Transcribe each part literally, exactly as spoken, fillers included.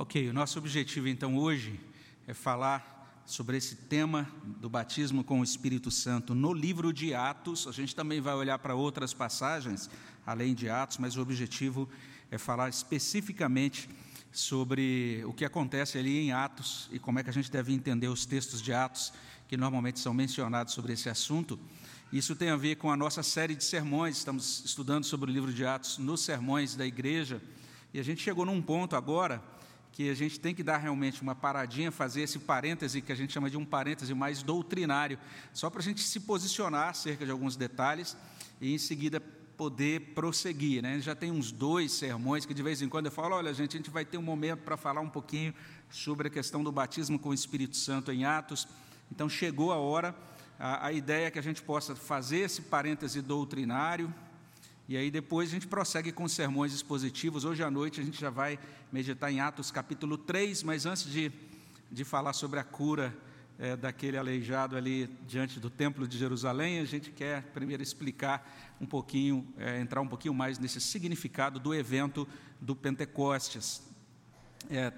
Ok, o nosso objetivo então hoje é falar sobre esse tema do batismo com o Espírito Santo no livro de Atos. A gente também vai olhar para outras passagens, além de Atos, mas o objetivo é falar especificamente sobre o que acontece ali em Atos e como é que a gente deve entender os textos de Atos que normalmente são mencionados sobre esse assunto. Isso tem a ver com a nossa série de sermões. Estamos estudando sobre o livro de Atos nos sermões da igreja, e a gente chegou num ponto agora que a gente tem que dar realmente uma paradinha, fazer esse parêntese, que a gente chama de um parêntese mais doutrinário, só para a gente se posicionar acerca de alguns detalhes e, em seguida, poder prosseguir, né? Já tem uns dois sermões que, de vez em quando, eu falo, olha, gente, a gente vai ter um momento para falar um pouquinho sobre a questão do batismo com o Espírito Santo em Atos. Então, chegou a hora, a, a ideia é que a gente possa fazer esse parêntese doutrinário, e aí depois a gente prossegue com os sermões expositivos. Hoje à noite a gente já vai meditar em Atos capítulo três, mas antes de, de falar sobre a cura é, daquele aleijado ali diante do Templo de Jerusalém, a gente quer primeiro explicar um pouquinho, é, entrar um pouquinho mais nesse significado do evento do Pentecostes. É,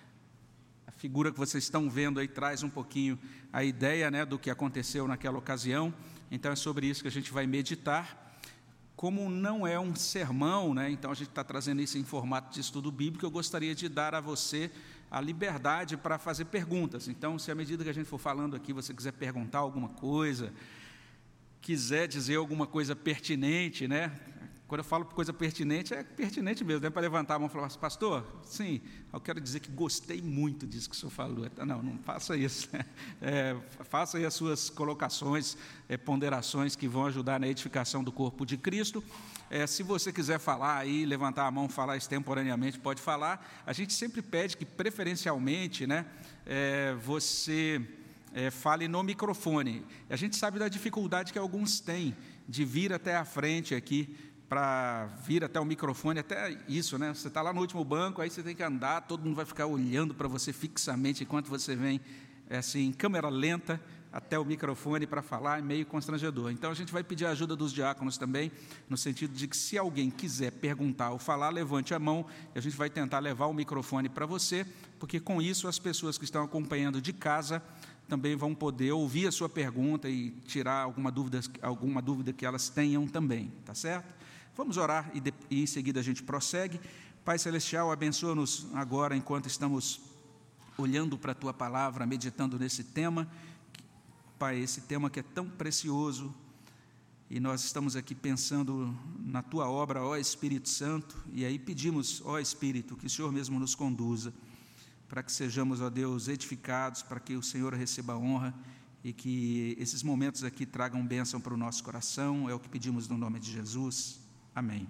a figura que vocês estão vendo aí traz um pouquinho a ideia, né, do que aconteceu naquela ocasião. Então é sobre isso que a gente vai meditar. Como não é um sermão, né, então a gente está trazendo isso em formato de estudo bíblico, eu gostaria de dar a você a liberdade para fazer perguntas. Então, se à medida que a gente for falando aqui, você quiser perguntar alguma coisa, quiser dizer alguma coisa pertinente, né? Quando eu falo coisa pertinente, é pertinente mesmo, não é para levantar a mão e falar, pastor, sim, eu quero dizer que gostei muito disso que o senhor falou. Não, não faça isso. É, faça aí as suas colocações, é, ponderações que vão ajudar na edificação do corpo de Cristo. É, se você quiser falar aí, levantar a mão, falar extemporaneamente, pode falar. A gente sempre pede que, preferencialmente, né, é, você é, fale no microfone. A gente sabe da dificuldade que alguns têm de vir até a frente aqui, para vir até o microfone, até isso, né? Você está lá no último banco, aí você tem que andar, todo mundo vai ficar olhando para você fixamente enquanto você vem, é assim, em câmera lenta até o microfone para falar, é meio constrangedor. Então, a gente vai pedir a ajuda dos diáconos também, no sentido de que, se alguém quiser perguntar ou falar, levante a mão, e a gente vai tentar levar o microfone para você, porque com isso as pessoas que estão acompanhando de casa também vão poder ouvir a sua pergunta e tirar alguma dúvida, alguma dúvida que elas tenham também, tá certo? Vamos orar e, de, e em seguida a gente prossegue. Pai Celestial, abençoa-nos agora enquanto estamos olhando para a Tua Palavra, meditando nesse tema. Pai, esse tema que é tão precioso, e nós estamos aqui pensando na Tua obra, ó Espírito Santo, e aí pedimos, ó Espírito, que o Senhor mesmo nos conduza, para que sejamos, ó Deus, edificados, para que o Senhor receba a honra, e que esses momentos aqui tragam bênção para o nosso coração. É o que pedimos no nome de Jesus. Amém.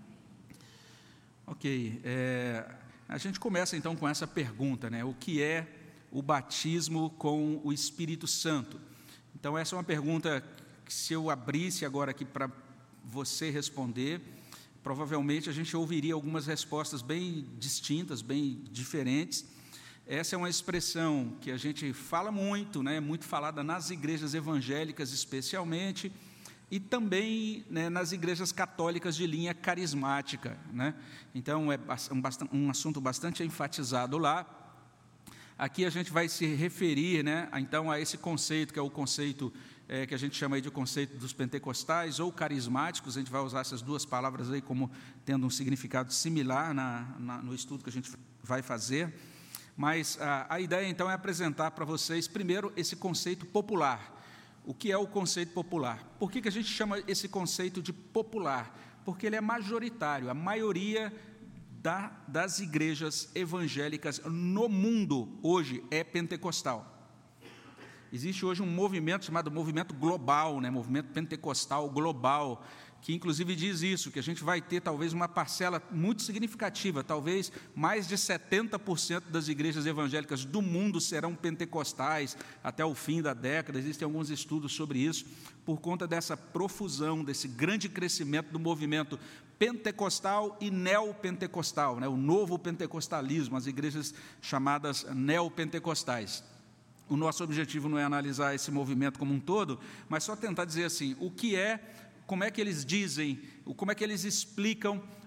Ok, é, a gente começa então com essa pergunta, né? O que é o batismo com o Espírito Santo? Então, essa é uma pergunta que, se eu abrisse agora aqui para você responder, provavelmente a gente ouviria algumas respostas bem distintas, bem diferentes. Essa é uma expressão que a gente fala muito, né? Muito falada nas igrejas evangélicas especialmente, e também, né, nas igrejas católicas de linha carismática, né? Então, é um, um assunto bastante enfatizado lá. Aqui a gente vai se referir, né, a, então, a esse conceito, que é o conceito é, que a gente chama aí de conceito dos pentecostais ou carismáticos. A gente vai usar essas duas palavras aí como tendo um significado similar na, na, no estudo que a gente vai fazer. Mas a, a ideia, então, é apresentar para vocês, primeiro, esse conceito popular. O que é o conceito popular? Por que que a gente chama esse conceito de popular? Porque ele é majoritário. A maioria da, das igrejas evangélicas no mundo hoje é pentecostal. Existe hoje um movimento chamado movimento global, né? Movimento pentecostal global, que inclusive diz isso, que a gente vai ter talvez uma parcela muito significativa, talvez mais de setenta por cento das igrejas evangélicas do mundo serão pentecostais até o fim da década. Existem alguns estudos sobre isso, por conta dessa profusão, desse grande crescimento do movimento pentecostal e neopentecostal, né? O novo pentecostalismo, as igrejas chamadas neopentecostais. O nosso objetivo não é analisar esse movimento como um todo, mas só tentar dizer assim, o que é, como é que eles dizem, como é que eles explicam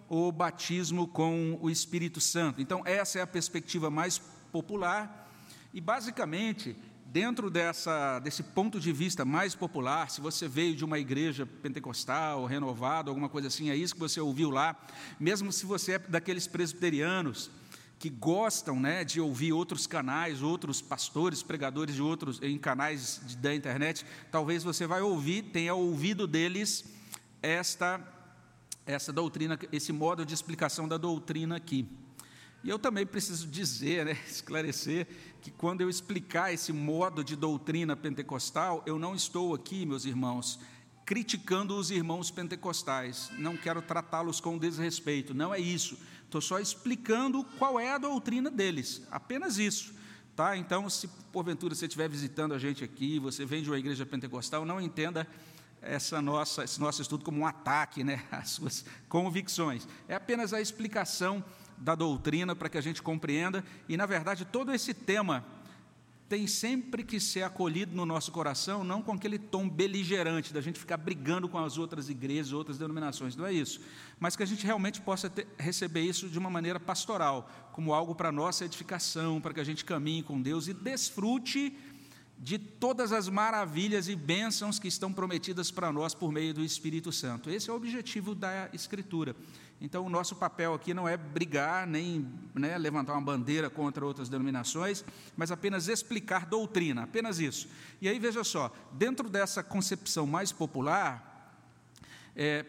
o batismo com o Espírito Santo. Então, essa é a perspectiva mais popular e, basicamente, dentro dessa, desse ponto de vista mais popular, se você veio de uma igreja pentecostal, renovada, alguma coisa assim, é isso que você ouviu lá, mesmo se você é daqueles presbiterianos que gostam, né, de ouvir outros canais, outros pastores, pregadores de outros em canais de, da internet, talvez você vai ouvir, tenha ouvido deles esta, essa doutrina, esse modo de explicação da doutrina aqui. E eu também preciso dizer, né, esclarecer, que quando eu explicar esse modo de doutrina pentecostal, eu não estou aqui, meus irmãos, criticando os irmãos pentecostais, não quero tratá-los com desrespeito, não é isso, estou só explicando qual é a doutrina deles, apenas isso, tá? Então, se porventura você estiver visitando a gente aqui, você vem de uma igreja pentecostal, não entenda essa nossa, esse nosso estudo como um ataque, né, às suas convicções, é apenas a explicação da doutrina para que a gente compreenda, e na verdade todo esse tema tem sempre que ser acolhido no nosso coração, não com aquele tom beligerante, da gente ficar brigando com as outras igrejas, outras denominações, não é isso, mas que a gente realmente possa ter, receber isso de uma maneira pastoral, como algo para nossa edificação, para que a gente caminhe com Deus e desfrute de todas as maravilhas e bênçãos que estão prometidas para nós por meio do Espírito Santo. Esse é o objetivo da Escritura. Então, o nosso papel aqui não é brigar, nem, né, levantar uma bandeira contra outras denominações, mas apenas explicar doutrina, apenas isso. E aí, veja só, dentro dessa concepção mais popular, é,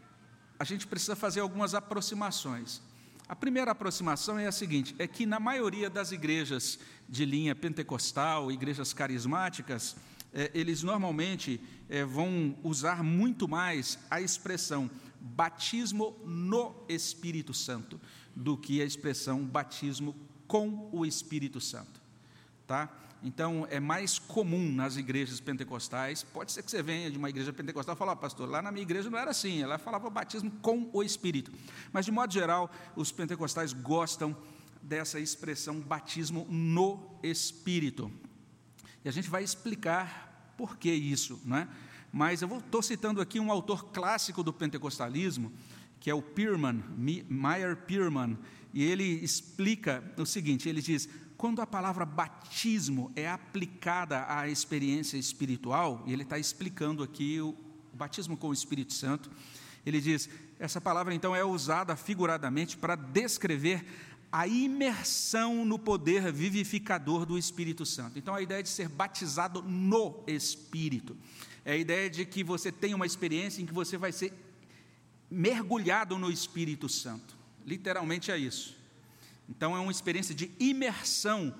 a gente precisa fazer algumas aproximações. A primeira aproximação é a seguinte, é que na maioria das igrejas de linha pentecostal, igrejas carismáticas, é, eles normalmente é, vão usar muito mais a expressão batismo no Espírito Santo do que a expressão batismo com o Espírito Santo, tá? Então, é mais comum nas igrejas pentecostais, pode ser que você venha de uma igreja pentecostal e fale, oh, pastor, lá na minha igreja não era assim, ela falava batismo com o Espírito, mas de modo geral, os pentecostais gostam dessa expressão batismo no Espírito, e a gente vai explicar por que isso, não é? Mas eu estou citando aqui um autor clássico do pentecostalismo, que é o Pierman, Meyer Pierman, e ele explica o seguinte, ele diz, quando a palavra batismo é aplicada à experiência espiritual, e ele está explicando aqui o, o batismo com o Espírito Santo, ele diz, essa palavra então é usada figuradamente para descrever a imersão no poder vivificador do Espírito Santo. Então, a ideia de ser batizado no Espírito, é a ideia de que você tem uma experiência em que você vai ser mergulhado no Espírito Santo, literalmente é isso. Então, é uma experiência de imersão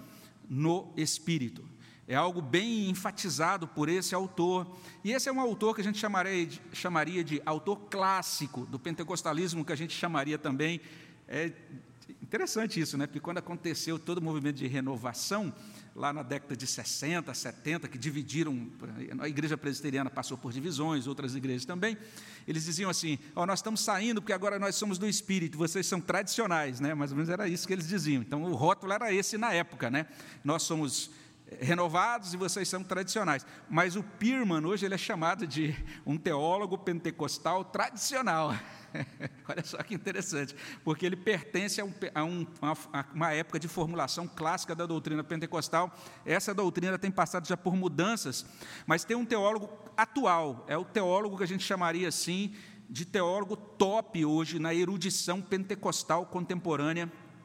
no Espírito, é algo bem enfatizado por esse autor, e esse é um autor que a gente chamaria de, chamaria de autor clássico do pentecostalismo, que a gente chamaria também, é interessante isso, né? Porque quando aconteceu todo o movimento de renovação, lá na década de sessenta, setenta, que dividiram, a igreja presbiteriana passou por divisões, outras igrejas também, eles diziam assim, oh, nós estamos saindo porque agora nós somos do Espírito, vocês são tradicionais, né? Mais ou menos era isso que eles diziam, então o rótulo era esse na época, né? Nós somos renovados e vocês são tradicionais, mas o Pierman hoje ele é chamado de um teólogo pentecostal tradicional. Olha só que interessante, porque ele pertence a, um, a, um, a uma época de formulação clássica da doutrina pentecostal. Essa doutrina tem passado já por mudanças, mas tem um teólogo atual, é o teólogo que a gente chamaria assim de teólogo top hoje na erudição pentecostal contemporânea.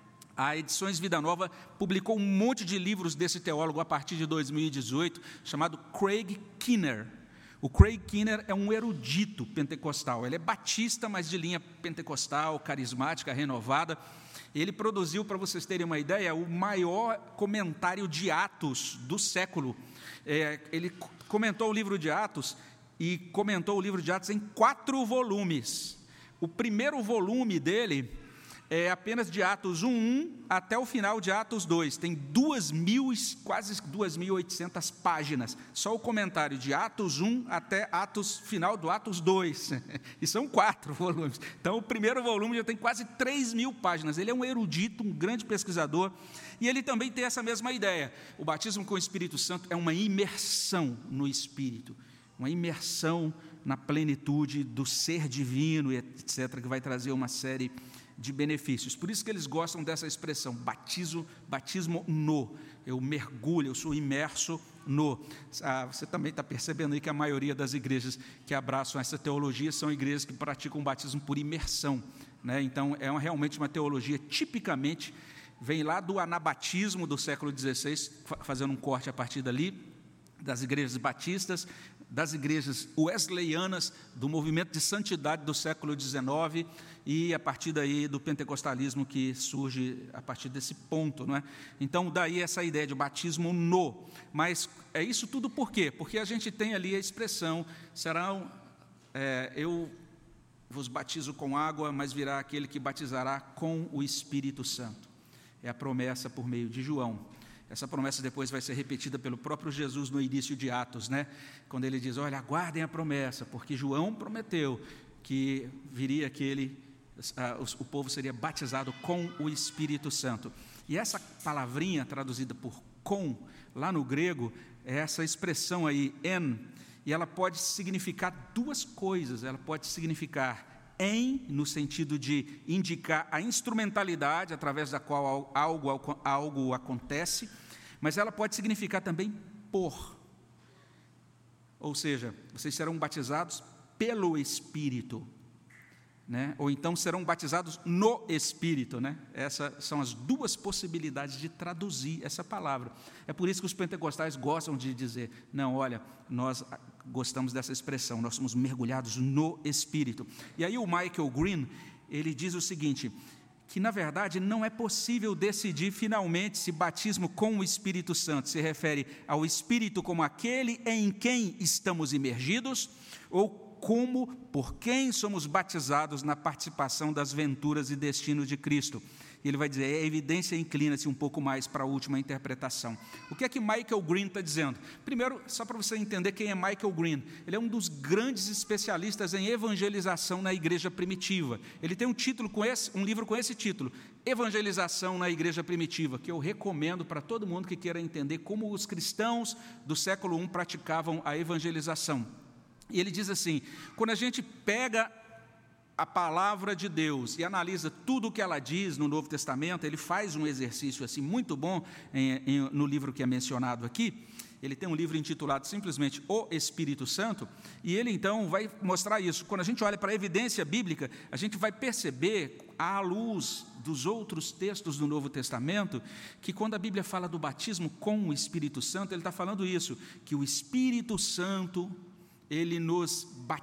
A Edições Vida Nova publicou um monte de livros desse teólogo a partir de dois mil e dezoito, chamado Craig Keener. O Craig Keener é um erudito pentecostal, ele é batista, mas de linha pentecostal, carismática, renovada. Ele produziu, para vocês terem uma ideia, o maior comentário de Atos do século. É, ele comentou o livro de Atos e comentou o livro de Atos em quatro volumes. O primeiro volume dele é apenas de Atos um, um até o final de Atos dois, tem duas mil, quase duas mil e oitocentas páginas, só o comentário de Atos um até Atos, final do Atos dois, e são quatro volumes, então o primeiro volume já tem quase três mil páginas, ele é um erudito, um grande pesquisador, e ele também tem essa mesma ideia, o batismo com o Espírito Santo é uma imersão no Espírito, uma imersão na plenitude do ser divino, etcétera, que vai trazer uma série de benefícios. Por isso que eles gostam dessa expressão, batismo, batismo no. Eu mergulho, eu sou imerso no. Ah, você também está percebendo aí que a maioria das igrejas que abraçam essa teologia são igrejas que praticam o batismo por imersão, né? Então, é uma, realmente uma teologia tipicamente, vem lá do anabatismo do século dezesseis, fazendo um corte a partir dali, das igrejas batistas, das igrejas wesleyanas, do movimento de santidade do século dezenove, e a partir daí do pentecostalismo que surge a partir desse ponto, não é? Então, daí essa ideia de batismo no. Mas é isso tudo por quê? Porque a gente tem ali a expressão, serão, é, eu vos batizo com água, mas virá aquele que batizará com o Espírito Santo. É a promessa por meio de João. Essa promessa depois vai ser repetida pelo próprio Jesus no início de Atos, né? Quando ele diz, olha, aguardem a promessa, porque João prometeu que viria aquele, uh, o, o povo seria batizado com o Espírito Santo. E essa palavrinha traduzida por com, lá no grego, é essa expressão aí, en, e ela pode significar duas coisas. Ela pode significar em, no sentido de indicar a instrumentalidade através da qual algo, algo acontece, mas ela pode significar também por. Ou seja, vocês serão batizados pelo Espírito, né? Ou então serão batizados no Espírito, né? Essas são as duas possibilidades de traduzir essa palavra. É por isso que os pentecostais gostam de dizer, não, olha, nós gostamos dessa expressão, nós somos mergulhados no Espírito. E aí o Michael Green, ele diz o seguinte, que na verdade não é possível decidir finalmente se batismo com o Espírito Santo se refere ao Espírito como aquele em quem estamos imergidos, ou como, por quem somos batizados na participação das venturas e destinos de Cristo. E ele vai dizer, a evidência inclina-se um pouco mais para a última interpretação. O que é que Michael Green está dizendo? Primeiro, só para você entender quem é Michael Green, ele é um dos grandes especialistas em evangelização na igreja primitiva. Ele tem um título com esse, um livro com esse título, Evangelização na Igreja Primitiva, que eu recomendo para todo mundo que queira entender como os cristãos do século I praticavam a evangelização. E ele diz assim, quando a gente pega a palavra de Deus e analisa tudo o que ela diz no Novo Testamento, ele faz um exercício assim muito bom em, em, no livro que é mencionado aqui. Ele tem um livro intitulado simplesmente O Espírito Santo, e ele então vai mostrar isso. Quando a gente olha para a evidência bíblica, a gente vai perceber, à luz dos outros textos do Novo Testamento, que quando a Bíblia fala do batismo com o Espírito Santo, ele está falando isso, que o Espírito Santo, ele nos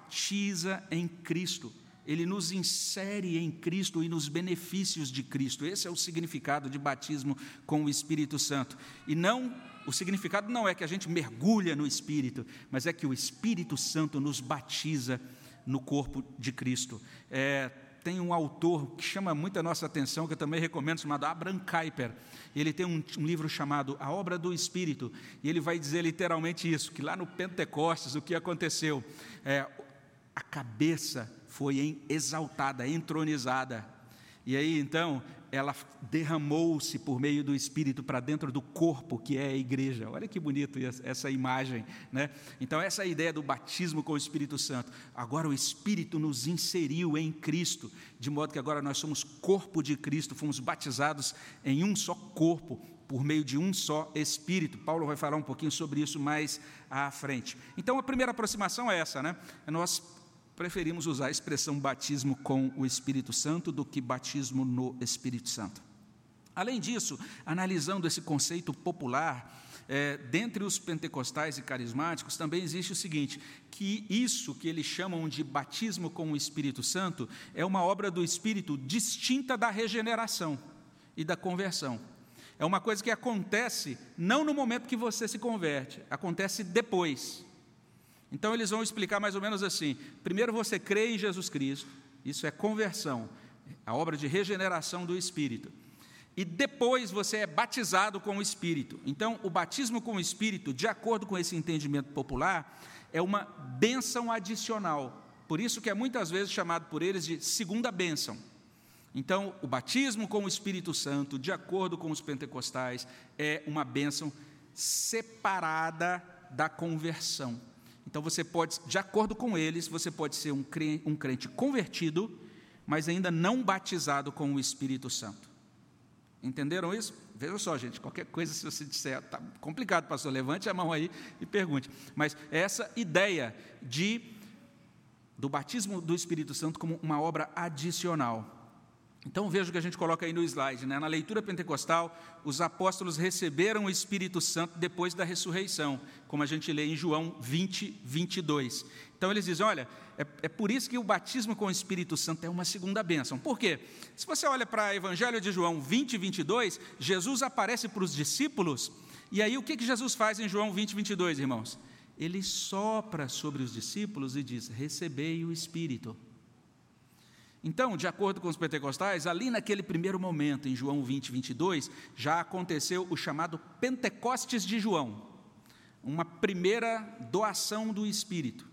batiza em Cristo, ele nos insere em Cristo e nos benefícios de Cristo. Esse é o significado de batismo com o Espírito Santo. E não, o significado não é que a gente mergulha no Espírito, mas é que o Espírito Santo nos batiza no corpo de Cristo. É, tem um autor que chama muito a nossa atenção, que eu também recomendo, chamado Abraham Kuyper. Ele tem um, um livro chamado A Obra do Espírito, e ele vai dizer literalmente isso, que lá no Pentecostes, o que aconteceu? É, a cabeça foi exaltada, entronizada, e aí então ela derramou-se por meio do Espírito para dentro do corpo que é a igreja. Olha que bonito essa imagem, né? Então essa é a ideia do batismo com o Espírito Santo. Agora o Espírito nos inseriu em Cristo, de modo que agora nós somos corpo de Cristo, fomos batizados em um só corpo, por meio de um só Espírito. Paulo vai falar um pouquinho sobre isso mais à frente. Então a primeira aproximação é essa, né? Nós preferimos usar a expressão batismo com o Espírito Santo do que batismo no Espírito Santo. Além disso, analisando esse conceito popular, é, dentre os pentecostais e carismáticos, também existe o seguinte, que isso que eles chamam de batismo com o Espírito Santo é uma obra do Espírito distinta da regeneração e da conversão. É uma coisa que acontece não no momento que você se converte, acontece depois. Então, eles vão explicar mais ou menos assim, primeiro você crê em Jesus Cristo, isso é conversão, a obra de regeneração do Espírito, e depois você é batizado com o Espírito. Então, o batismo com o Espírito, de acordo com esse entendimento popular, é uma bênção adicional, por isso que é muitas vezes chamado por eles de segunda bênção. Então, o batismo com o Espírito Santo, de acordo com os pentecostais, é uma bênção separada da conversão. Então você pode, de acordo com eles, você pode ser um crente, um crente convertido, mas ainda não batizado com o Espírito Santo. Entenderam isso? Veja só, gente, qualquer coisa, se você disser, está complicado, pastor, levante a mão aí e pergunte. Mas essa ideia de, do batismo do Espírito Santo como uma obra adicional. Então veja o que a gente coloca aí no slide, né? Na leitura pentecostal, os apóstolos receberam o Espírito Santo depois da ressurreição, como a gente lê em João vinte, vinte e dois. Então eles dizem, olha, é, é por isso que o batismo com o Espírito Santo é uma segunda bênção. Por quê? Se você olha para o Evangelho de João vinte, vinte e dois, Jesus aparece para os discípulos, e aí o que, que Jesus faz em João vinte, vinte e dois, irmãos? Ele sopra sobre os discípulos e diz, recebei o Espírito. Então, de acordo com os pentecostais, ali naquele primeiro momento, em João vinte, vinte e dois, já aconteceu o chamado Pentecostes de João, uma primeira doação do Espírito.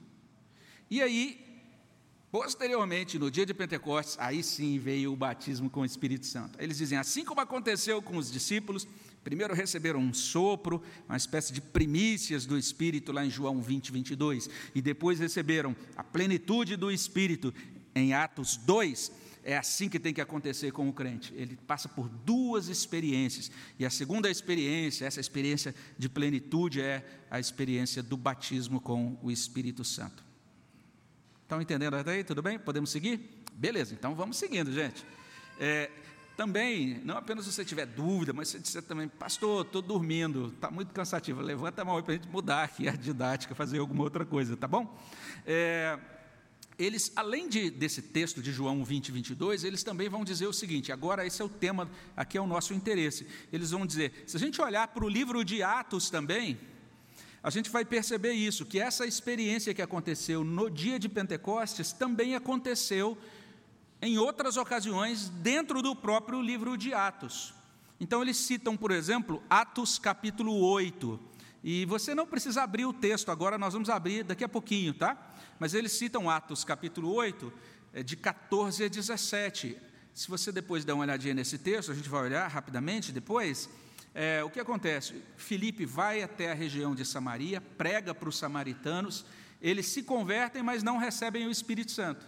E aí, posteriormente, no dia de Pentecostes, aí sim veio o batismo com o Espírito Santo. Eles dizem, assim como aconteceu com os discípulos, primeiro receberam um sopro, uma espécie de primícias do Espírito, lá em João vinte, vinte e dois, e depois receberam a plenitude do Espírito, em Atos dois, é assim que tem que acontecer com o crente. Ele passa por duas experiências, e a segunda experiência, essa experiência de plenitude, é a experiência do batismo com o Espírito Santo. Estão entendendo até aí? Tudo bem? Podemos seguir? Beleza, então vamos seguindo, gente. É, também, não apenas se você tiver dúvida, mas se você disser também, pastor, estou dormindo, está muito cansativo, levanta a mão aí para a gente mudar aqui a didática, fazer alguma outra coisa, tá bom? É... Eles, além de, desse texto de João vinte, vinte e dois, eles também vão dizer o seguinte, agora esse é o tema, aqui é o nosso interesse. Eles vão dizer, se a gente olhar para o livro de Atos também, a gente vai perceber isso, que essa experiência que aconteceu no dia de Pentecostes também aconteceu em outras ocasiões dentro do próprio livro de Atos. Então eles citam, por exemplo, Atos capítulo oito, e você não precisa abrir o texto agora, nós vamos abrir daqui a pouquinho, tá? Mas eles citam Atos capítulo oito, de catorze a dezessete. Se você depois der uma olhadinha nesse texto, a gente vai olhar rapidamente depois, é, o que acontece? Filipe vai até a região de Samaria, prega para os samaritanos, eles se convertem, mas não recebem o Espírito Santo.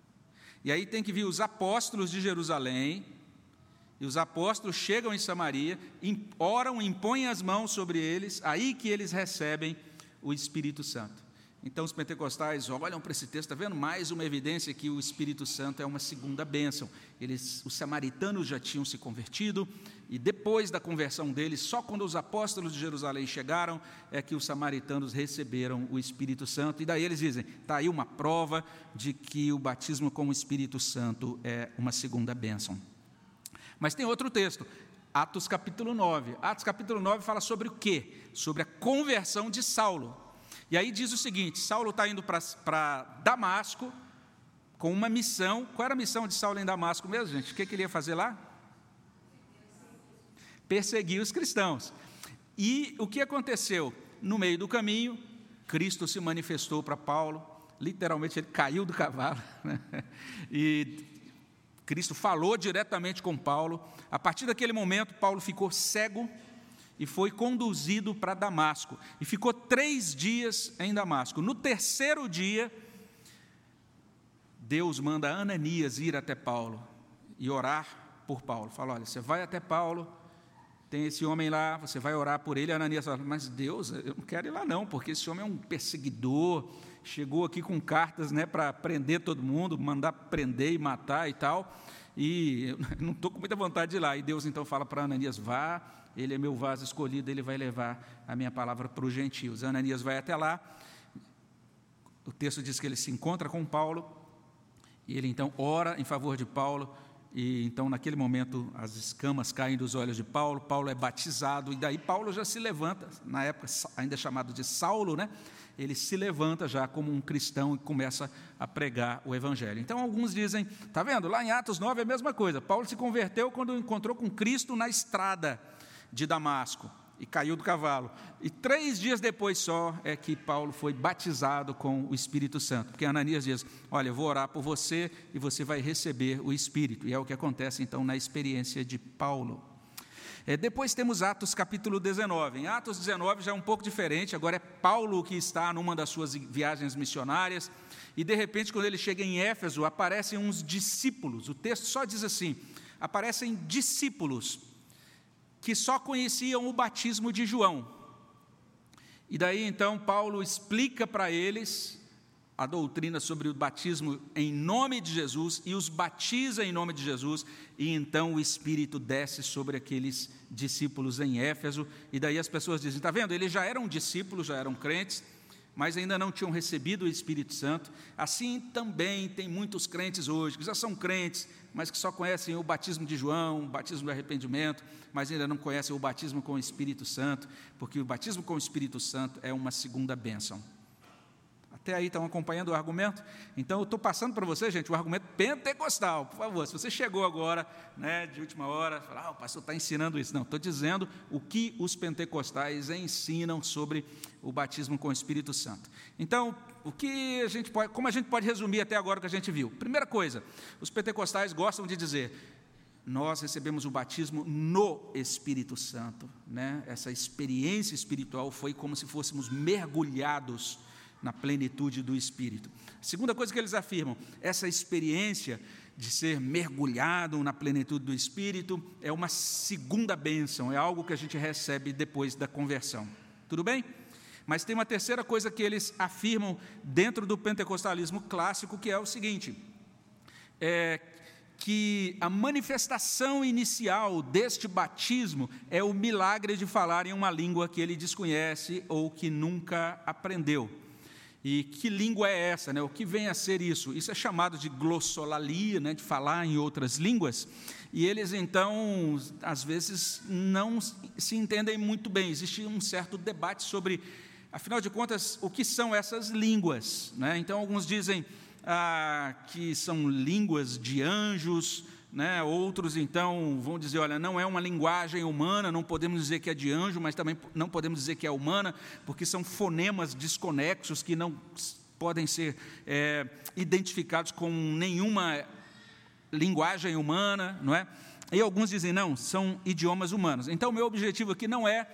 E aí tem que vir os apóstolos de Jerusalém, e os apóstolos chegam em Samaria, oram, impõem as mãos sobre eles, aí que eles recebem o Espírito Santo. Então, os pentecostais olham para esse texto, está vendo? Mais uma evidência que o Espírito Santo é uma segunda bênção. Eles, os samaritanos já tinham se convertido, e depois da conversão deles, só quando os apóstolos de Jerusalém chegaram, é que os samaritanos receberam o Espírito Santo. E daí eles dizem, está aí uma prova de que o batismo com o Espírito Santo é uma segunda bênção. Mas tem outro texto, Atos capítulo nove. Atos capítulo nove fala sobre o quê? Sobre a conversão de Saulo. E aí diz o seguinte, Saulo está indo para Damasco com uma missão. Qual era a missão de Saulo em Damasco mesmo, gente? O que, que ele ia fazer lá? Perseguir os cristãos. E o que aconteceu? No meio do caminho, Cristo se manifestou para Paulo, literalmente ele caiu do cavalo, né? E Cristo falou diretamente com Paulo. A partir daquele momento, Paulo ficou cego, e foi conduzido para Damasco, e ficou três dias em Damasco. No terceiro dia, Deus manda Ananias ir até Paulo, e orar por Paulo. Fala, olha, você vai até Paulo, tem esse homem lá, você vai orar por ele. Ananias fala, mas Deus, eu não quero ir lá não, porque esse homem é um perseguidor, chegou aqui com cartas, né, para prender todo mundo, mandar prender e matar e tal, e eu não estou com muita vontade de ir lá. E Deus então fala para Ananias, vá, ele é meu vaso escolhido, ele vai levar a minha palavra para os gentios. Ananias vai até lá, o texto diz que ele se encontra com Paulo, e ele então ora em favor de Paulo, e então naquele momento as escamas caem dos olhos de Paulo, Paulo é batizado, e daí Paulo já se levanta, na época ainda chamado de Saulo, né? Ele se levanta já como um cristão e começa a pregar o Evangelho. Então alguns dizem, está vendo, lá em Atos nove é a mesma coisa, Paulo se converteu quando encontrou com Cristo na estrada de Damasco, e caiu do cavalo, e três dias depois só é que Paulo foi batizado com o Espírito Santo, porque Ananias diz, olha, eu vou orar por você, e você vai receber o Espírito, e é o que acontece então na experiência de Paulo. É, depois temos Atos capítulo dezenove. Em Atos dezenove já é um pouco diferente, agora é Paulo que está numa das suas viagens missionárias, e de repente, quando ele chega em Éfeso, aparecem uns discípulos. O texto só diz assim: aparecem discípulos que só conheciam o batismo de João. E daí então Paulo explica para eles a doutrina sobre o batismo em nome de Jesus, e os batiza em nome de Jesus, e então o Espírito desce sobre aqueles discípulos em Éfeso, e daí as pessoas dizem: está vendo, eles já eram discípulos, já eram crentes, mas ainda não tinham recebido o Espírito Santo. Assim também tem muitos crentes hoje, que já são crentes, mas que só conhecem o batismo de João, o batismo do arrependimento, mas ainda não conhecem o batismo com o Espírito Santo, porque o batismo com o Espírito Santo é uma segunda bênção. Até aí estão acompanhando o argumento? Então eu estou passando para você, gente, o argumento pentecostal. Por favor, se você chegou agora, né, de última hora, fala: ah, o pastor está ensinando isso. Não, estou dizendo o que os pentecostais ensinam sobre o batismo com o Espírito Santo. Então, o que a gente pode, como a gente pode resumir até agora o que a gente viu? Primeira coisa, os pentecostais gostam de dizer: nós recebemos o batismo no Espírito Santo, né? Essa experiência espiritual foi como se fôssemos mergulhados na plenitude do Espírito. Segunda coisa que eles afirmam: essa experiência de ser mergulhado na plenitude do Espírito é uma segunda bênção, é algo que a gente recebe depois da conversão. Tudo bem? Mas tem uma terceira coisa que eles afirmam dentro do pentecostalismo clássico, que é o seguinte: é que a manifestação inicial deste batismo é o milagre de falar em uma língua que ele desconhece ou que nunca aprendeu. E que língua é essa, né? O que vem a ser isso? Isso é chamado de glossolalia, né? De falar em outras línguas, e eles então, às vezes, não se entendem muito bem. Existe um certo debate sobre, afinal de contas, o que são essas línguas, né? Então, alguns dizem ah, que são línguas de anjos, né? Outros, então, vão dizer: olha, não é uma linguagem humana, não podemos dizer que é de anjo, mas também não podemos dizer que é humana, porque são fonemas desconexos que não podem ser é, identificados com nenhuma linguagem humana, não é? E alguns dizem: não, são idiomas humanos. Então, o meu objetivo aqui não é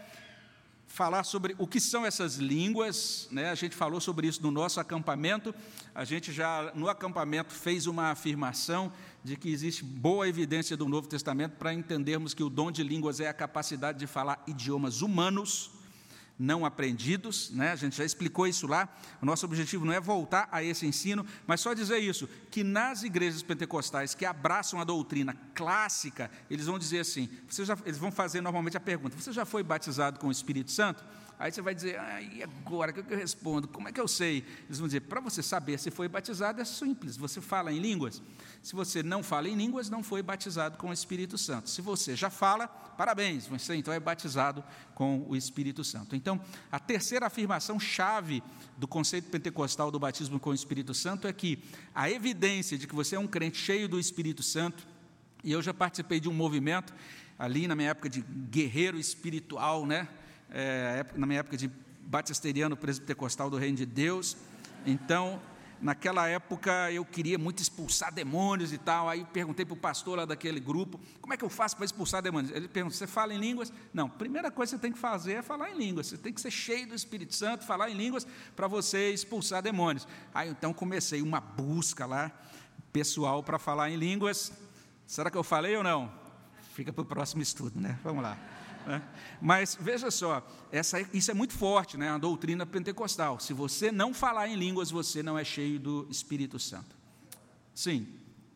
falar sobre o que são essas línguas, né? A gente falou sobre isso no nosso acampamento. A gente já, no acampamento, fez uma afirmação de que existe boa evidência do Novo Testamento para entendermos que o dom de línguas é a capacidade de falar idiomas humanos, não aprendidos, né? A gente já explicou isso lá. O nosso objetivo não é voltar a esse ensino, mas só dizer isso, que nas igrejas pentecostais que abraçam a doutrina clássica, eles vão dizer assim, você já, eles vão fazer normalmente a pergunta: você já foi batizado com o Espírito Santo? Aí você vai dizer: ah, e agora, o que eu respondo? Como é que eu sei? Eles vão dizer: para você saber se foi batizado é simples, você fala em línguas. Se você não fala em línguas, não foi batizado com o Espírito Santo. Se você já fala, parabéns, você então é batizado com o Espírito Santo. Então, a terceira afirmação chave do conceito pentecostal do batismo com o Espírito Santo é que a evidência de que você é um crente cheio do Espírito Santo, e eu já participei de um movimento, ali na minha época de guerreiro espiritual, né? É, na minha época de batisteriano presbitecostal do Reino de Deus. Então, naquela época eu queria muito expulsar demônios e tal. Aí perguntei para o pastor lá daquele grupo: como é que eu faço para expulsar demônios? Ele perguntou: você fala em línguas? Não, a primeira coisa que você tem que fazer é falar em línguas. Você tem que ser cheio do Espírito Santo, falar em línguas para você expulsar demônios. Aí então comecei uma busca lá pessoal para falar em línguas. Será que eu falei ou não? Fica para o próximo estudo, né? Vamos lá. Mas veja só, essa, isso é muito forte, né? A doutrina pentecostal: se você não falar em línguas, você não é cheio do Espírito Santo. Sim.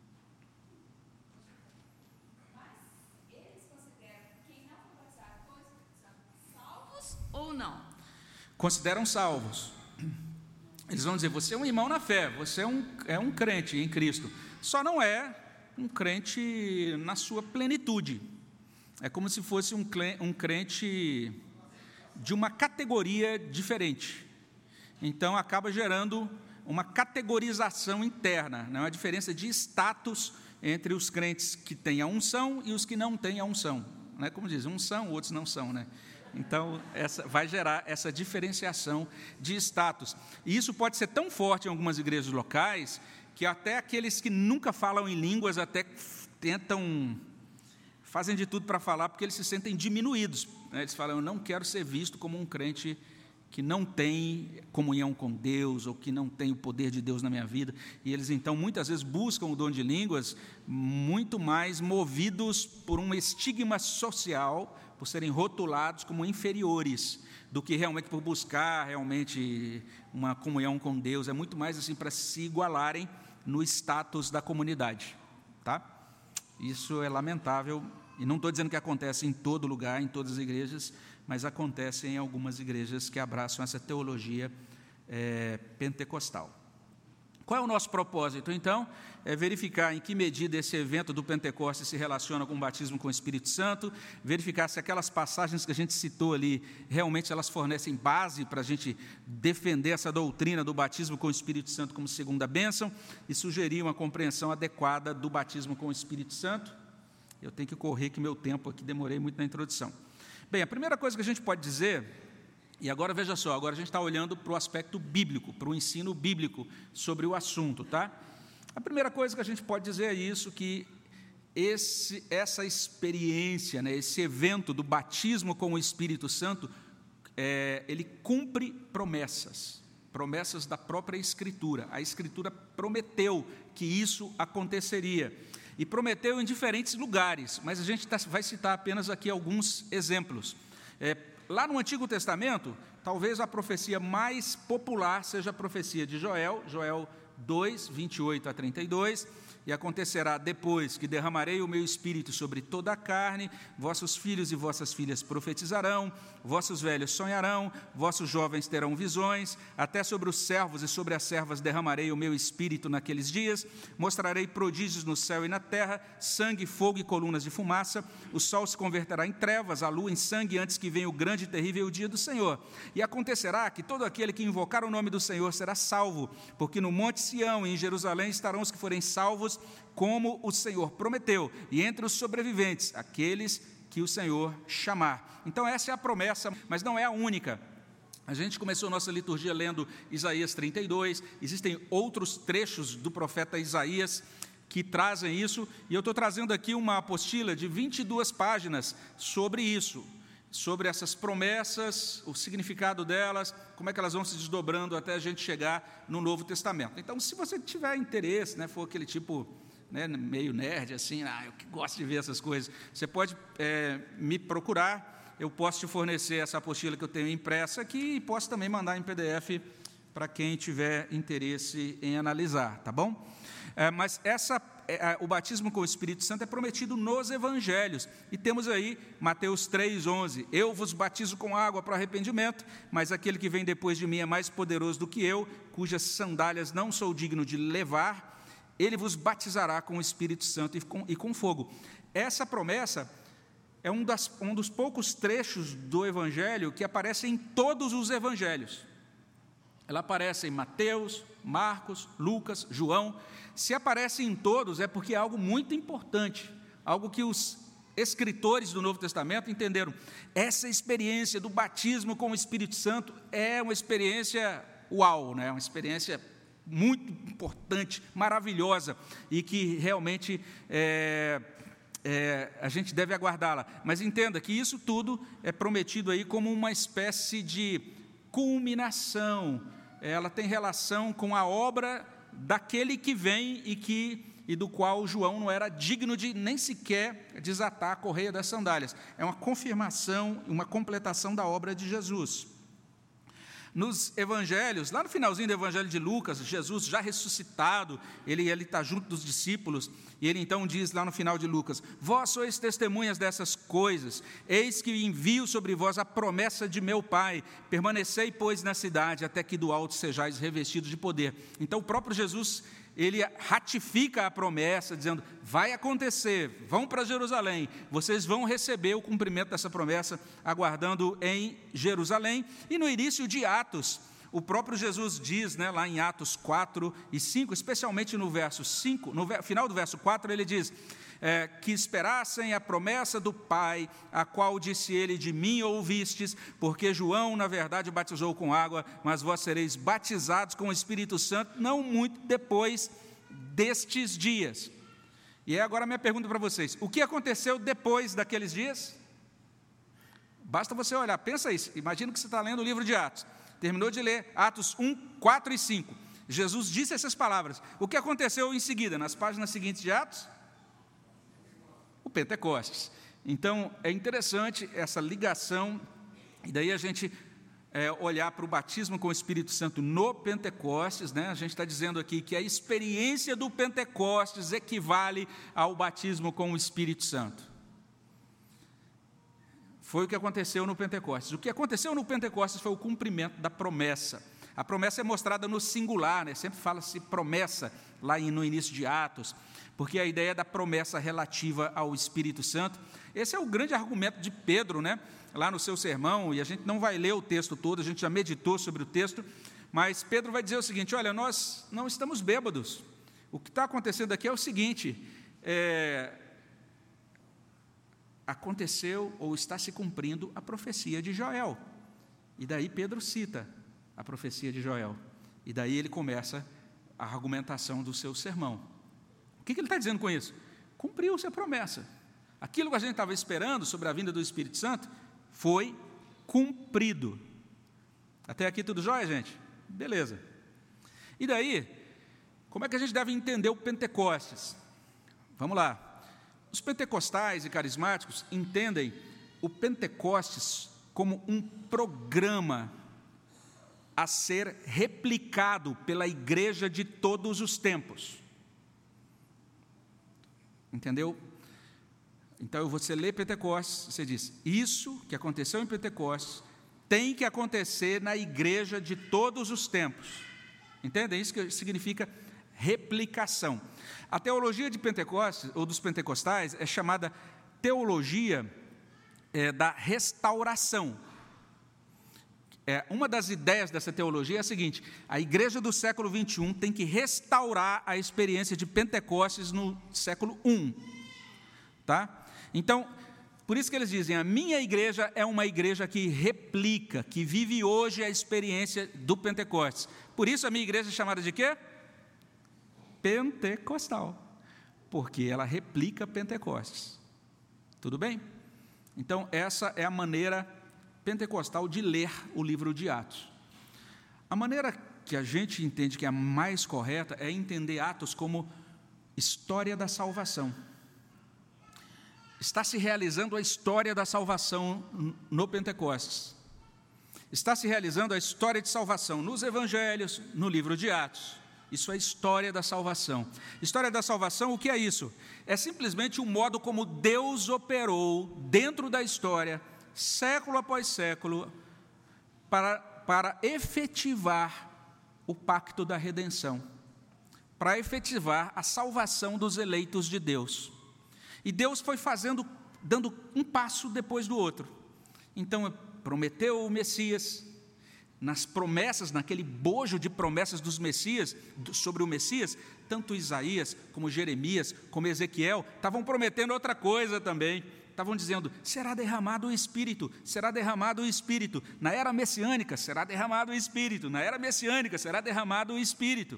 Mas eles consideram quem não foi batizado com o Espírito Santo salvos ou não? Consideram salvos. Eles vão dizer: você é um irmão na fé, você é um, é um crente em Cristo, só não é um crente na sua plenitude. É como se fosse um crente de uma categoria diferente. Então, acaba gerando uma categorização interna, né? Uma diferença de status entre os crentes que têm a unção e os que não têm a unção. Não é como diz, uns são, outros não são, né? Então, essa, vai gerar essa diferenciação de status. E isso pode ser tão forte em algumas igrejas locais, que até aqueles que nunca falam em línguas até tentam fazem de tudo para falar, porque eles se sentem diminuídos, né? Eles falam, eu não quero ser visto como um crente que não tem comunhão com Deus, ou que não tem o poder de Deus na minha vida, e eles então muitas vezes buscam o dom de línguas muito mais movidos por um estigma social, por serem rotulados como inferiores, do que realmente por buscar realmente uma comunhão com Deus, é muito mais assim para se igualarem no status da comunidade, tá? Isso é lamentável, e não estou dizendo que acontece em todo lugar, em todas as igrejas, mas acontece em algumas igrejas que abraçam essa teologia é, pentecostal. Qual é o nosso propósito, então? É verificar em que medida esse evento do Pentecostes se relaciona com o batismo com o Espírito Santo, verificar se aquelas passagens que a gente citou ali, realmente elas fornecem base para a gente defender essa doutrina do batismo com o Espírito Santo como segunda bênção, e sugerir uma compreensão adequada do batismo com o Espírito Santo. Eu tenho que correr, que meu tempo aqui, demorei muito na introdução. Bem, a primeira coisa que a gente pode dizer, e agora veja só, agora a gente está olhando para o aspecto bíblico, para o ensino bíblico sobre o assunto, tá? A primeira coisa que a gente pode dizer é isso, que esse, essa experiência, né, esse evento do batismo com o Espírito Santo, é, ele cumpre promessas, promessas da própria Escritura. A Escritura prometeu que isso aconteceria, e prometeu em diferentes lugares, mas a gente tá, vai citar apenas aqui alguns exemplos. É, lá no Antigo Testamento, talvez a profecia mais popular seja a profecia de Joel, Joel dois, vinte e oito a trinta e dois, e acontecerá depois que derramarei o meu espírito sobre toda a carne, vossos filhos e vossas filhas profetizarão, vossos velhos sonharão, vossos jovens terão visões, até sobre os servos e sobre as servas derramarei o meu espírito naqueles dias, mostrarei prodígios no céu e na terra, sangue, fogo e colunas de fumaça, o sol se converterá em trevas, a lua em sangue, antes que venha o grande e terrível dia do Senhor. E acontecerá que todo aquele que invocar o nome do Senhor será salvo, porque no monte Sião e em Jerusalém estarão os que forem salvos, como o Senhor prometeu, e entre os sobreviventes, aqueles que o Senhor chamar. Então essa é a promessa, mas não é a única. A gente começou a nossa liturgia lendo Isaías trinta e dois, existem outros trechos do profeta Isaías que trazem isso, e eu estou trazendo aqui uma apostila de vinte e duas páginas sobre isso, sobre essas promessas, o significado delas, como é que elas vão se desdobrando até a gente chegar no Novo Testamento. Então, se você tiver interesse, né, for aquele tipo, né, meio nerd, assim, ah, eu que gosto de ver essas coisas, você pode é, me procurar, eu posso te fornecer essa apostila que eu tenho impressa aqui, e posso também mandar em P D F para quem tiver interesse em analisar, tá bom? É, mas essa, é, o batismo com o Espírito Santo é prometido nos Evangelhos, e temos aí Mateus três, onze, eu vos batizo com água para arrependimento, mas aquele que vem depois de mim é mais poderoso do que eu, cujas sandálias não sou digno de levar, ele vos batizará com o Espírito Santo e com, e com fogo. Essa promessa é um, das, um dos poucos trechos do Evangelho que aparece em todos os Evangelhos. Ela aparece em Mateus, Marcos, Lucas, João. Se aparece em todos, é porque é algo muito importante, algo que os escritores do Novo Testamento entenderam. Essa experiência do batismo com o Espírito Santo é uma experiência uau, né? Uma experiência muito importante, maravilhosa, e que realmente é, é, a gente deve aguardá-la. Mas entenda que isso tudo é prometido aí como uma espécie de culminação. Ela tem relação com a obra daquele que vem e, que, e do qual João não era digno de nem sequer desatar a correia das sandálias. É uma confirmação, uma completação da obra de Jesus. Nos evangelhos, lá no finalzinho do evangelho de Lucas, Jesus já ressuscitado, ele ele está junto dos discípulos, e ele então diz lá no final de Lucas, vós sois testemunhas dessas coisas, eis que envio sobre vós a promessa de meu Pai, permanecei, pois, na cidade, até que do alto sejais revestidos de poder. Então o próprio Jesus, ele ratifica a promessa, dizendo, vai acontecer, vão para Jerusalém, vocês vão receber o cumprimento dessa promessa, aguardando em Jerusalém. E no início de Atos, o próprio Jesus diz, né, lá em Atos quatro e cinco, especialmente no verso cinco, no final do verso quatro, ele diz, é, que esperassem a promessa do Pai, a qual disse ele, de mim ouvistes, porque João, na verdade, batizou com água, mas vós sereis batizados com o Espírito Santo, não muito depois destes dias. E é agora a minha pergunta para vocês: o que aconteceu depois daqueles dias? Basta você olhar, pensa isso, imagina que você está lendo o livro de Atos, terminou de ler Atos um, quatro e cinco, Jesus disse essas palavras, o que aconteceu em seguida, nas páginas seguintes de Atos? O Pentecostes. Então, é interessante essa ligação, e daí a gente é, olhar para o batismo com o Espírito Santo no Pentecostes, né? A gente está dizendo aqui que a experiência do Pentecostes equivale ao batismo com o Espírito Santo. Foi o que aconteceu no Pentecostes. O que aconteceu no Pentecostes foi o cumprimento da promessa. A promessa é mostrada no singular, né? Sempre fala-se promessa lá no início de Atos, porque a ideia da promessa relativa ao Espírito Santo, esse é o grande argumento de Pedro, né? Lá no seu sermão, e a gente não vai ler o texto todo, a gente já meditou sobre o texto, mas Pedro vai dizer o seguinte: olha, nós não estamos bêbados. O que está acontecendo aqui é o seguinte, é... aconteceu ou está se cumprindo a profecia de Joel. E daí Pedro cita a profecia de Joel. E daí ele começa a argumentação do seu sermão. O que ele está dizendo com isso? Cumpriu-se a promessa. Aquilo que a gente estava esperando sobre a vinda do Espírito Santo foi cumprido. Até aqui tudo jóia, gente? Beleza. E daí, como é que a gente deve entender o Pentecostes? Vamos lá. Os pentecostais e carismáticos entendem o Pentecostes como um programa a ser replicado pela igreja de todos os tempos. Entendeu? Então, você lê Pentecostes, você diz, isso que aconteceu em Pentecostes tem que acontecer na igreja de todos os tempos. Entende? É isso que significa replicação. A teologia de Pentecostes, ou dos pentecostais, é chamada teologia é, da restauração. É, uma das ideias dessa teologia é a seguinte: a igreja do século vinte e um tem que restaurar a experiência de Pentecostes no século um. Tá? Então, por isso que eles dizem, a minha igreja é uma igreja que replica, que vive hoje a experiência do Pentecostes. Por isso a minha igreja é chamada de quê? Pentecostal, porque ela replica Pentecostes. Tudo bem? Então, essa é a maneira pentecostal de ler o livro de Atos. A maneira que a gente entende que é a mais correta é entender Atos como história da salvação. Está se realizando a história da salvação no Pentecostes. Está se realizando a história de salvação nos evangelhos, no livro de Atos. Isso é história da salvação. História da salvação, o que é isso? É simplesmente o modo como Deus operou dentro da história, século após século, para, para efetivar o pacto da redenção, para efetivar a salvação dos eleitos de Deus. E Deus foi fazendo, dando um passo depois do outro. Então, prometeu o Messias. Nas promessas, naquele bojo de promessas dos Messias, sobre o Messias, tanto Isaías, como Jeremias, como Ezequiel, estavam prometendo outra coisa também. Estavam dizendo, será derramado o Espírito, será derramado o Espírito. Na era messiânica, será derramado o Espírito. Na era messiânica, será derramado o Espírito.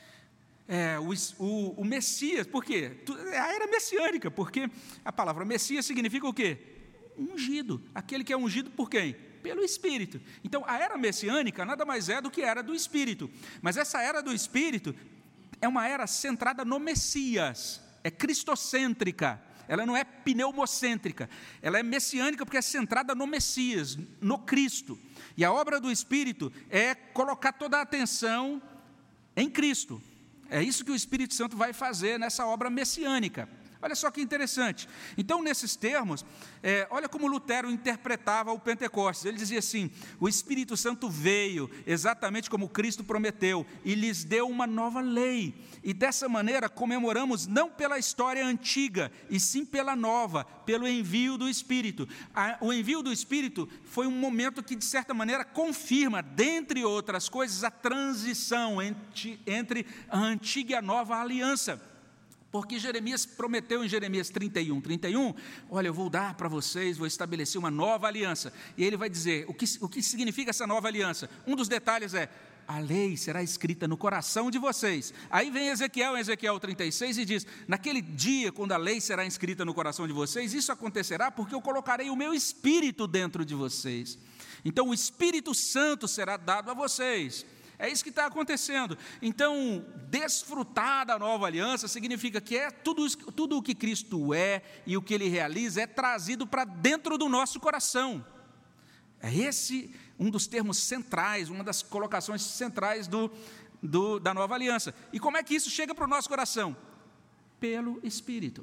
É, o, o, o Messias, por quê? A era messiânica, porque a palavra Messias significa o quê? Ungido. Aquele que é ungido por quem? Pelo Espírito. Então, a era messiânica nada mais é do que a era do Espírito. Mas essa era do Espírito é uma era centrada no Messias. É cristocêntrica. Ela não é pneumocêntrica. Ela é messiânica porque é centrada no Messias, no Cristo. E a obra do Espírito é colocar toda a atenção em Cristo. É isso que o Espírito Santo vai fazer nessa obra messiânica. Olha só que interessante. Então, nesses termos, é, olha como Lutero interpretava o Pentecostes. Ele dizia assim, o Espírito Santo veio, exatamente como Cristo prometeu, e lhes deu uma nova lei. E dessa maneira comemoramos não pela história antiga, e sim pela nova, pelo envio do Espírito. A, o envio do Espírito foi um momento que, de certa maneira, confirma, dentre outras coisas, a transição entre, entre a antiga e a nova aliança. Porque Jeremias prometeu em Jeremias trinta e um, trinta e um, olha, eu vou dar para vocês, vou estabelecer uma nova aliança. E ele vai dizer, o que, o que significa essa nova aliança? Um dos detalhes é, a lei será escrita no coração de vocês. Aí vem Ezequiel, em Ezequiel trinta e seis, e diz: naquele dia, quando a lei será escrita no coração de vocês, isso acontecerá porque eu colocarei o meu espírito dentro de vocês. Então o Espírito Santo será dado a vocês. É isso que está acontecendo. Então, desfrutar da nova aliança significa que é tudo, tudo o que Cristo é e o que Ele realiza é trazido para dentro do nosso coração. É esse um dos termos centrais, uma das colocações centrais do, do, da nova aliança. E como é que isso chega para o nosso coração? Pelo Espírito.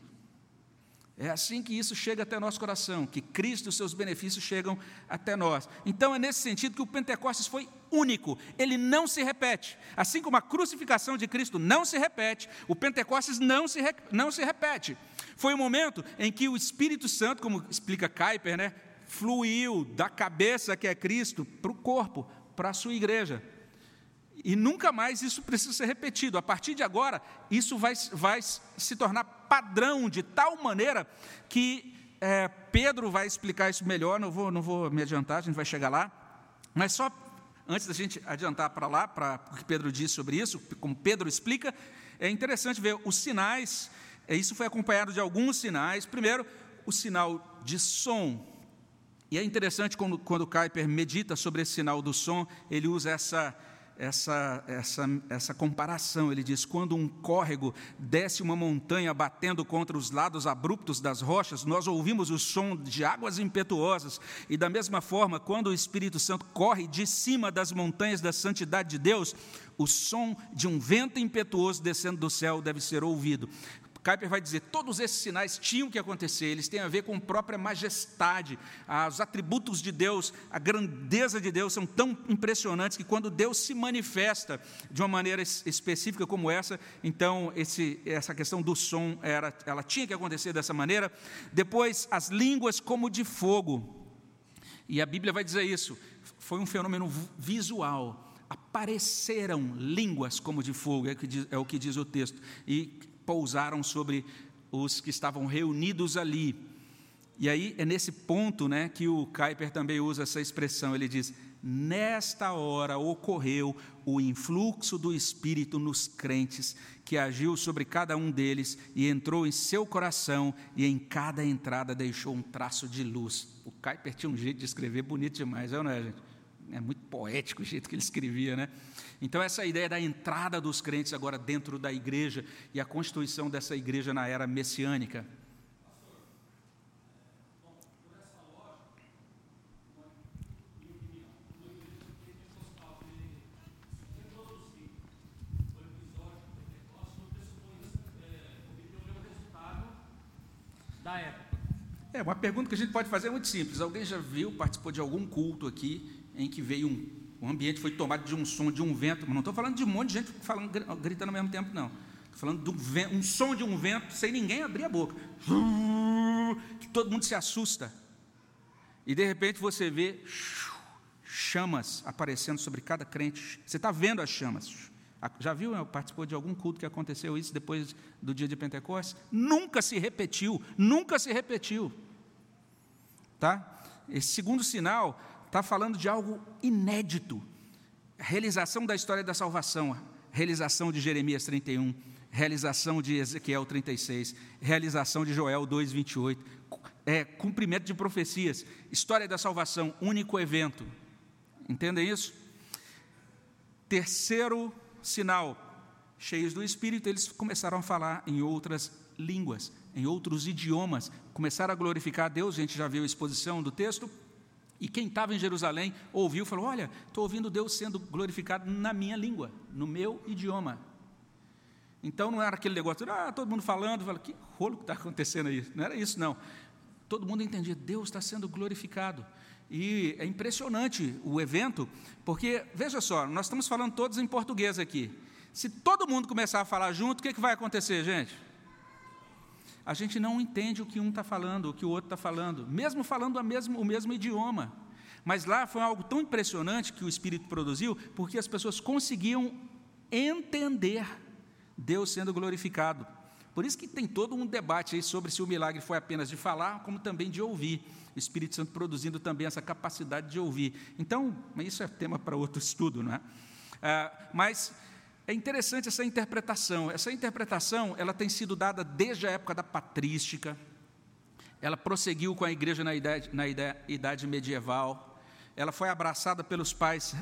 É assim que isso chega até o nosso coração, que Cristo e os seus benefícios chegam até nós. Então é nesse sentido que o Pentecostes foi único, ele não se repete. Assim como a crucificação de Cristo não se repete, o Pentecostes não se, não se repete. Foi o momento em que o Espírito Santo, como explica Kuyper, né, fluiu da cabeça que é Cristo para o corpo, para a sua igreja. E nunca mais isso precisa ser repetido. A partir de agora, isso vai, vai se tornar padrão de tal maneira que é, Pedro vai explicar isso melhor. Não vou, não vou me adiantar, a gente vai chegar lá. Mas só antes da gente adiantar para lá, para o que Pedro diz sobre isso, como Pedro explica, é interessante ver os sinais. É, isso foi acompanhado de alguns sinais. Primeiro, o sinal de som. E é interessante quando, quando o Kuyper medita sobre esse sinal do som, ele usa essa... Essa, essa, essa comparação. Ele diz: quando um córrego desce uma montanha batendo contra os lados abruptos das rochas, nós ouvimos o som de águas impetuosas. E da mesma forma, quando o Espírito Santo corre de cima das montanhas da santidade de Deus, o som de um vento impetuoso descendo do céu deve ser ouvido. Kuyper vai dizer, todos esses sinais tinham que acontecer, eles têm a ver com a própria majestade, os atributos de Deus, a grandeza de Deus são tão impressionantes que quando Deus se manifesta de uma maneira específica como essa, então esse, essa questão do som, era, ela tinha que acontecer dessa maneira. Depois, as línguas como de fogo, e a Bíblia vai dizer isso, foi um fenômeno visual, apareceram línguas como de fogo, é o que diz, é o que diz o texto, e pousaram sobre os que estavam reunidos ali. E aí é nesse ponto, né, que o Kuyper também usa essa expressão. Ele diz: nesta hora ocorreu o influxo do Espírito nos crentes, que agiu sobre cada um deles e entrou em seu coração, e em cada entrada deixou um traço de luz. O Kuyper tinha um jeito de escrever bonito demais, não é, gente? É muito poético o jeito que ele escrevia, né? Então, essa ideia da entrada dos crentes agora dentro da igreja e a constituição dessa igreja na era messiânica. Da época. É, uma pergunta que a gente pode fazer é muito simples. Alguém já viu, participou de algum culto aqui, em que veio um, o ambiente foi tomado de um som, de um vento, mas não estou falando de um monte de gente falando, gritando ao mesmo tempo, não. Estou falando de um, vento, um som de um vento, sem ninguém abrir a boca, que todo mundo se assusta. E, de repente, você vê chamas aparecendo sobre cada crente. Você está vendo as chamas. Já viu, participou de algum culto que aconteceu isso depois do dia de Pentecostes? Nunca se repetiu, nunca se repetiu. Tá? Esse segundo sinal está falando de algo inédito. Realização da história da salvação, realização de Jeremias trinta e um, realização de Ezequiel trinta e seis, realização de Joel dois, vinte e oito, é, cumprimento de profecias, história da salvação, único evento. Entendem isso? Terceiro sinal, cheios do Espírito, eles começaram a falar em outras línguas, em outros idiomas, começaram a glorificar a Deus. A gente já viu a exposição do texto, e quem estava em Jerusalém ouviu e falou: olha, estou ouvindo Deus sendo glorificado na minha língua, no meu idioma. Então não era aquele negócio, ah, todo mundo falando, fala, que rolo que está acontecendo aí? Não era isso, não. Todo mundo entendia, Deus está sendo glorificado. E é impressionante o evento, porque, veja só, nós estamos falando todos em português aqui. Se todo mundo começar a falar junto, o que, que vai acontecer, gente? A gente não entende o que um está falando, o que o outro está falando, mesmo falando a mesmo, o mesmo idioma. Mas lá foi algo tão impressionante que o Espírito produziu, porque as pessoas conseguiam entender Deus sendo glorificado. Por isso que tem todo um debate aí sobre se o milagre foi apenas de falar, como também de ouvir. O Espírito Santo produzindo também essa capacidade de ouvir. Então, isso é tema para outro estudo, não é? É, mas é interessante essa interpretação. Essa interpretação ela tem sido dada desde a época da patrística, ela prosseguiu com a igreja na idade, na idade medieval, ela foi abraçada pelos pais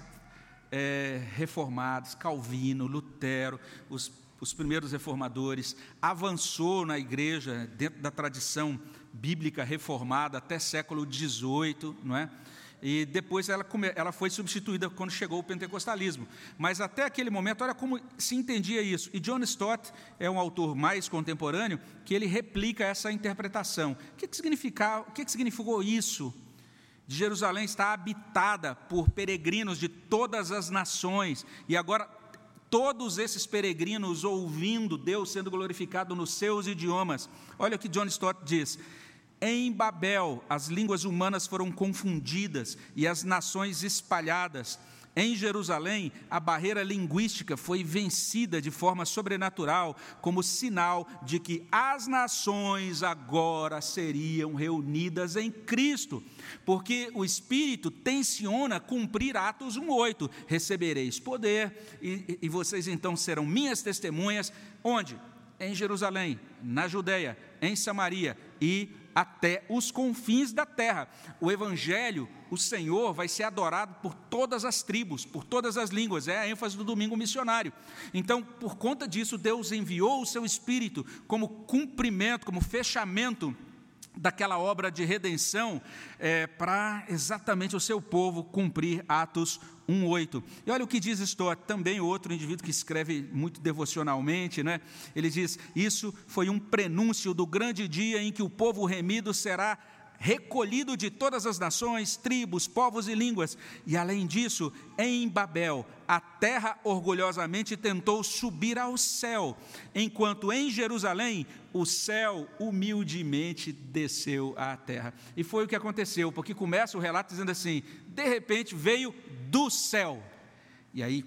é, reformados, Calvino, Lutero, os, os primeiros reformadores, avançou na igreja dentro da tradição bíblica reformada até século dezoito, não é? E depois ela, ela foi substituída quando chegou o pentecostalismo. Mas até aquele momento, olha como se entendia isso. E John Stott é um autor mais contemporâneo que ele replica essa interpretação. O que, que, significa, o que, que significou isso? De Jerusalém está habitada por peregrinos de todas as nações. E agora todos esses peregrinos ouvindo Deus sendo glorificado nos seus idiomas. Olha o que John Stott diz. Em Babel, as línguas humanas foram confundidas e as nações espalhadas. Em Jerusalém, a barreira linguística foi vencida de forma sobrenatural, como sinal de que as nações agora seriam reunidas em Cristo, porque o Espírito tenciona cumprir Atos um oito, recebereis poder, e, e vocês então serão minhas testemunhas, onde? Em Jerusalém, na Judeia, em Samaria e até os confins da terra. O Evangelho, o Senhor, vai ser adorado por todas as tribos, por todas as línguas, é a ênfase do domingo missionário. Então, por conta disso, Deus enviou o seu Espírito como cumprimento, como fechamento daquela obra de redenção, é, para exatamente o seu povo cumprir Atos um oito. E olha o que diz Stott, também outro indivíduo que escreve muito devocionalmente, né? Ele diz, isso foi um prenúncio do grande dia em que o povo remido será recolhido de todas as nações, tribos, povos e línguas. E além disso, em Babel, a terra orgulhosamente tentou subir ao céu, enquanto em Jerusalém, o céu humildemente desceu à terra. E foi o que aconteceu, porque começa o relato dizendo assim, de repente veio do céu, e aí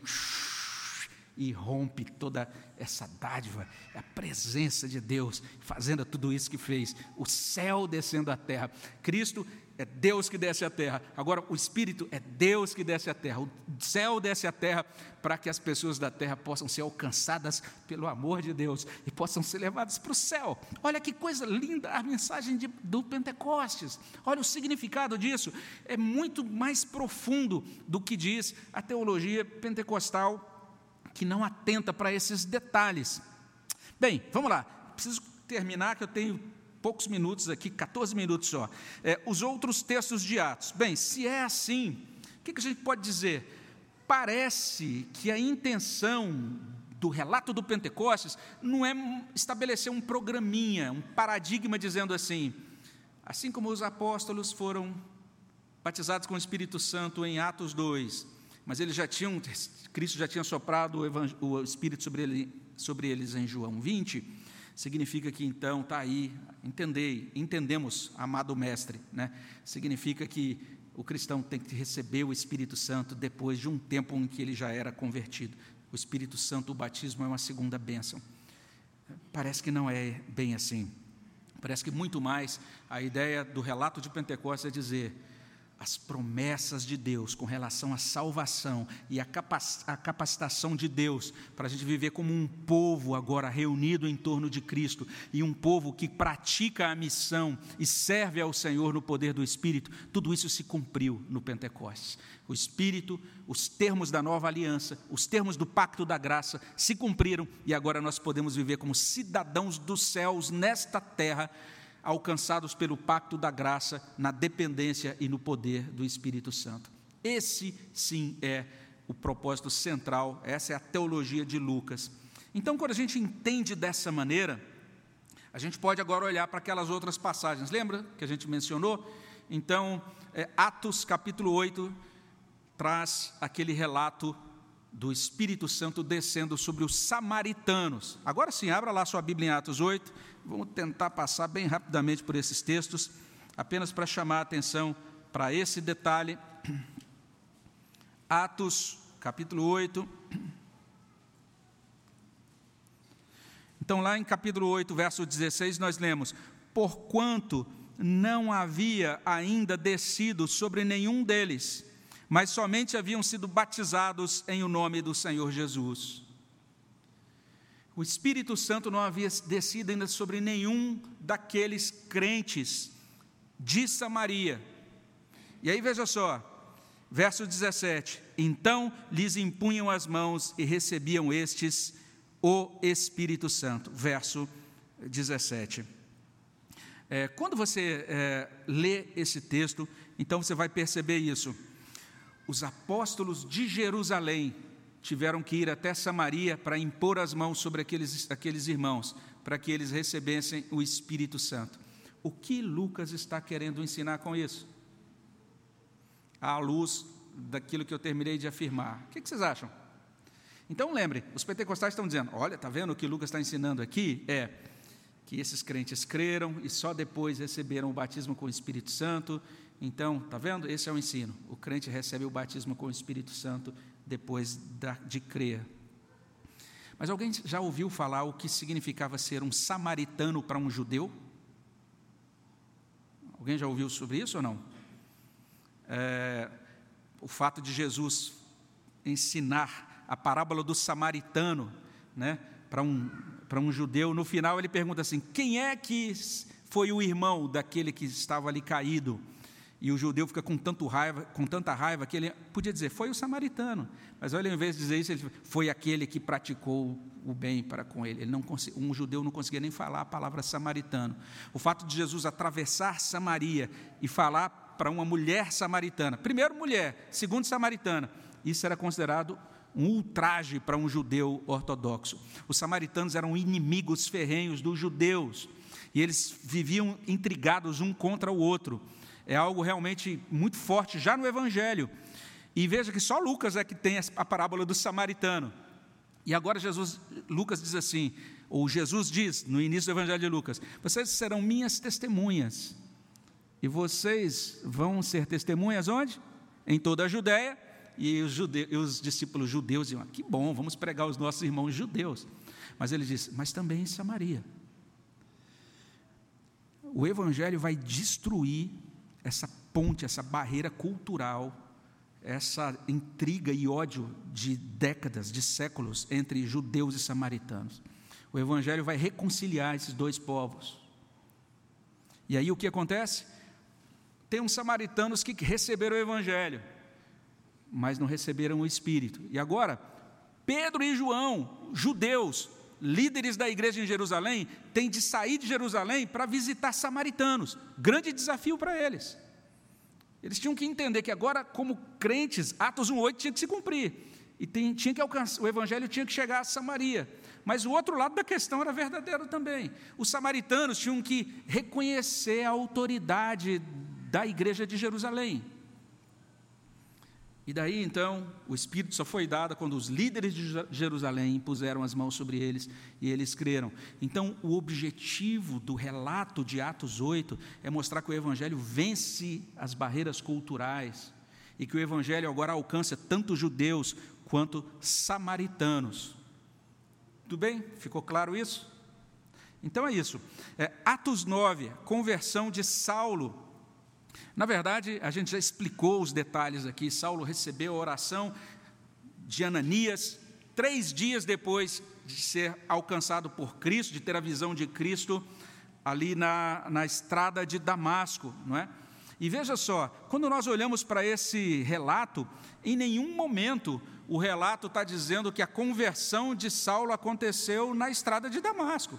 e rompe toda essa dádiva, a presença de Deus, fazendo tudo isso que fez, o céu descendo à terra. Cristo é Deus que desce à terra, agora o Espírito é Deus que desce à terra, o céu desce à terra, para que as pessoas da terra possam ser alcançadas pelo amor de Deus, e possam ser levadas para o céu. Olha que coisa linda a mensagem de, do Pentecostes, olha o significado disso, é muito mais profundo do que diz a teologia pentecostal, que não atenta para esses detalhes. Bem, vamos lá, preciso terminar que eu tenho poucos minutos aqui, quatorze minutos só. É, os outros textos de Atos. Bem, se é assim, o que, que a gente pode dizer? Parece que a intenção do relato do Pentecostes não é estabelecer um programinha, um paradigma dizendo assim, assim como os apóstolos foram batizados com o Espírito Santo em Atos dois, mas eles já tinham, Cristo já tinha soprado o Espírito sobre, ele, sobre eles em João vinte, significa que então, está aí, entendei, entendemos, amado mestre, né? Significa que o cristão tem que receber o Espírito Santo depois de um tempo em que ele já era convertido. O Espírito Santo, o batismo é uma segunda bênção. Parece que não é bem assim. Parece que muito mais a ideia do relato de Pentecostes é dizer, as promessas de Deus com relação à salvação e a capacitação de Deus para a gente viver como um povo agora reunido em torno de Cristo e um povo que pratica a missão e serve ao Senhor no poder do Espírito, tudo isso se cumpriu no Pentecostes. O Espírito, os termos da nova aliança, os termos do pacto da graça se cumpriram e agora nós podemos viver como cidadãos dos céus nesta terra, alcançados pelo pacto da graça, na dependência e no poder do Espírito Santo. Esse, sim, é o propósito central, essa é a teologia de Lucas. Então, quando a gente entende dessa maneira, a gente pode agora olhar para aquelas outras passagens. Lembra que a gente mencionou? Então, é, Atos capítulo oito, traz aquele relato do Espírito Santo descendo sobre os samaritanos. Agora sim, abra lá sua Bíblia em Atos oito, vamos tentar passar bem rapidamente por esses textos, apenas para chamar a atenção para esse detalhe. Atos, capítulo oito. Então, lá em capítulo oito, verso dezesseis, nós lemos, porquanto não havia ainda descido sobre nenhum deles mas somente haviam sido batizados em o nome do Senhor Jesus. O Espírito Santo não havia descido ainda sobre nenhum daqueles crentes de Samaria. E aí veja só, verso dezessete, então lhes impunham as mãos e recebiam estes o Espírito Santo. Verso dezessete. É, quando você é, lê esse texto, então você vai perceber isso. Os apóstolos de Jerusalém tiveram que ir até Samaria para impor as mãos sobre aqueles, aqueles irmãos, para que eles recebessem o Espírito Santo. O que Lucas está querendo ensinar com isso? À luz daquilo que eu terminei de afirmar. O que vocês acham? Então lembre, os pentecostais estão dizendo, olha, está vendo o que Lucas está ensinando aqui? É que esses crentes creram e só depois receberam o batismo com o Espírito Santo. Então, está vendo? Esse é o ensino. O crente recebe o batismo com o Espírito Santo depois de crer. Mas alguém já ouviu falar o que significava ser um samaritano para um judeu? Alguém já ouviu sobre isso ou não? É, o fato de Jesus ensinar a parábola do samaritano, né, para um, para um judeu, no final ele pergunta assim, quem é que foi o irmão daquele que estava ali caído? E o judeu fica com, tanto raiva, com tanta raiva que ele podia dizer, foi o samaritano. Mas olha, ao invés de dizer isso, ele foi aquele que praticou o bem para com ele. ele não, um judeu não conseguia nem falar a palavra samaritano. O fato de Jesus atravessar Samaria e falar para uma mulher samaritana, primeiro mulher, segundo samaritana, isso era considerado um ultraje para um judeu ortodoxo. Os samaritanos eram inimigos ferrenhos dos judeus, e eles viviam intrigados um contra o outro. É algo realmente muito forte já no Evangelho. E veja que só Lucas é que tem a parábola do samaritano. E agora Jesus, Lucas diz assim, ou Jesus diz no início do Evangelho de Lucas, vocês serão minhas testemunhas. E vocês vão ser testemunhas onde? Em toda a Judéia. E os, judeus, e os discípulos judeus diziam, que bom, vamos pregar aos nossos irmãos judeus. Mas ele diz, mas também em Samaria. O Evangelho vai destruir essa ponte, essa barreira cultural, essa intriga e ódio de décadas, de séculos, entre judeus e samaritanos. O Evangelho vai reconciliar esses dois povos. E aí o que acontece? Tem uns samaritanos que receberam o Evangelho, mas não receberam o Espírito. E agora, Pedro e João, judeus, líderes da igreja em Jerusalém, têm de sair de Jerusalém para visitar samaritanos. Grande desafio para eles. Eles tinham que entender que agora, como crentes, Atos um, oito tinha que se cumprir. E tem, tinha que alcançar, o evangelho tinha que chegar a Samaria. Mas o outro lado da questão era verdadeiro também. Os samaritanos tinham que reconhecer a autoridade da igreja de Jerusalém. E daí, então, o Espírito só foi dado quando os líderes de Jerusalém impuseram as mãos sobre eles e eles creram. Então, o objetivo do relato de Atos oito é mostrar que o Evangelho vence as barreiras culturais e que o Evangelho agora alcança tanto judeus quanto samaritanos. Tudo bem? Ficou claro isso? Então é isso. É, Atos nove, conversão de Saulo. Na verdade, a gente já explicou os detalhes aqui. Saulo recebeu a oração de Ananias, três dias depois de ser alcançado por Cristo, de ter a visão de Cristo ali na, na estrada de Damasco, não é? E veja só, quando nós olhamos para esse relato, em nenhum momento o relato está dizendo que a conversão de Saulo aconteceu na estrada de Damasco.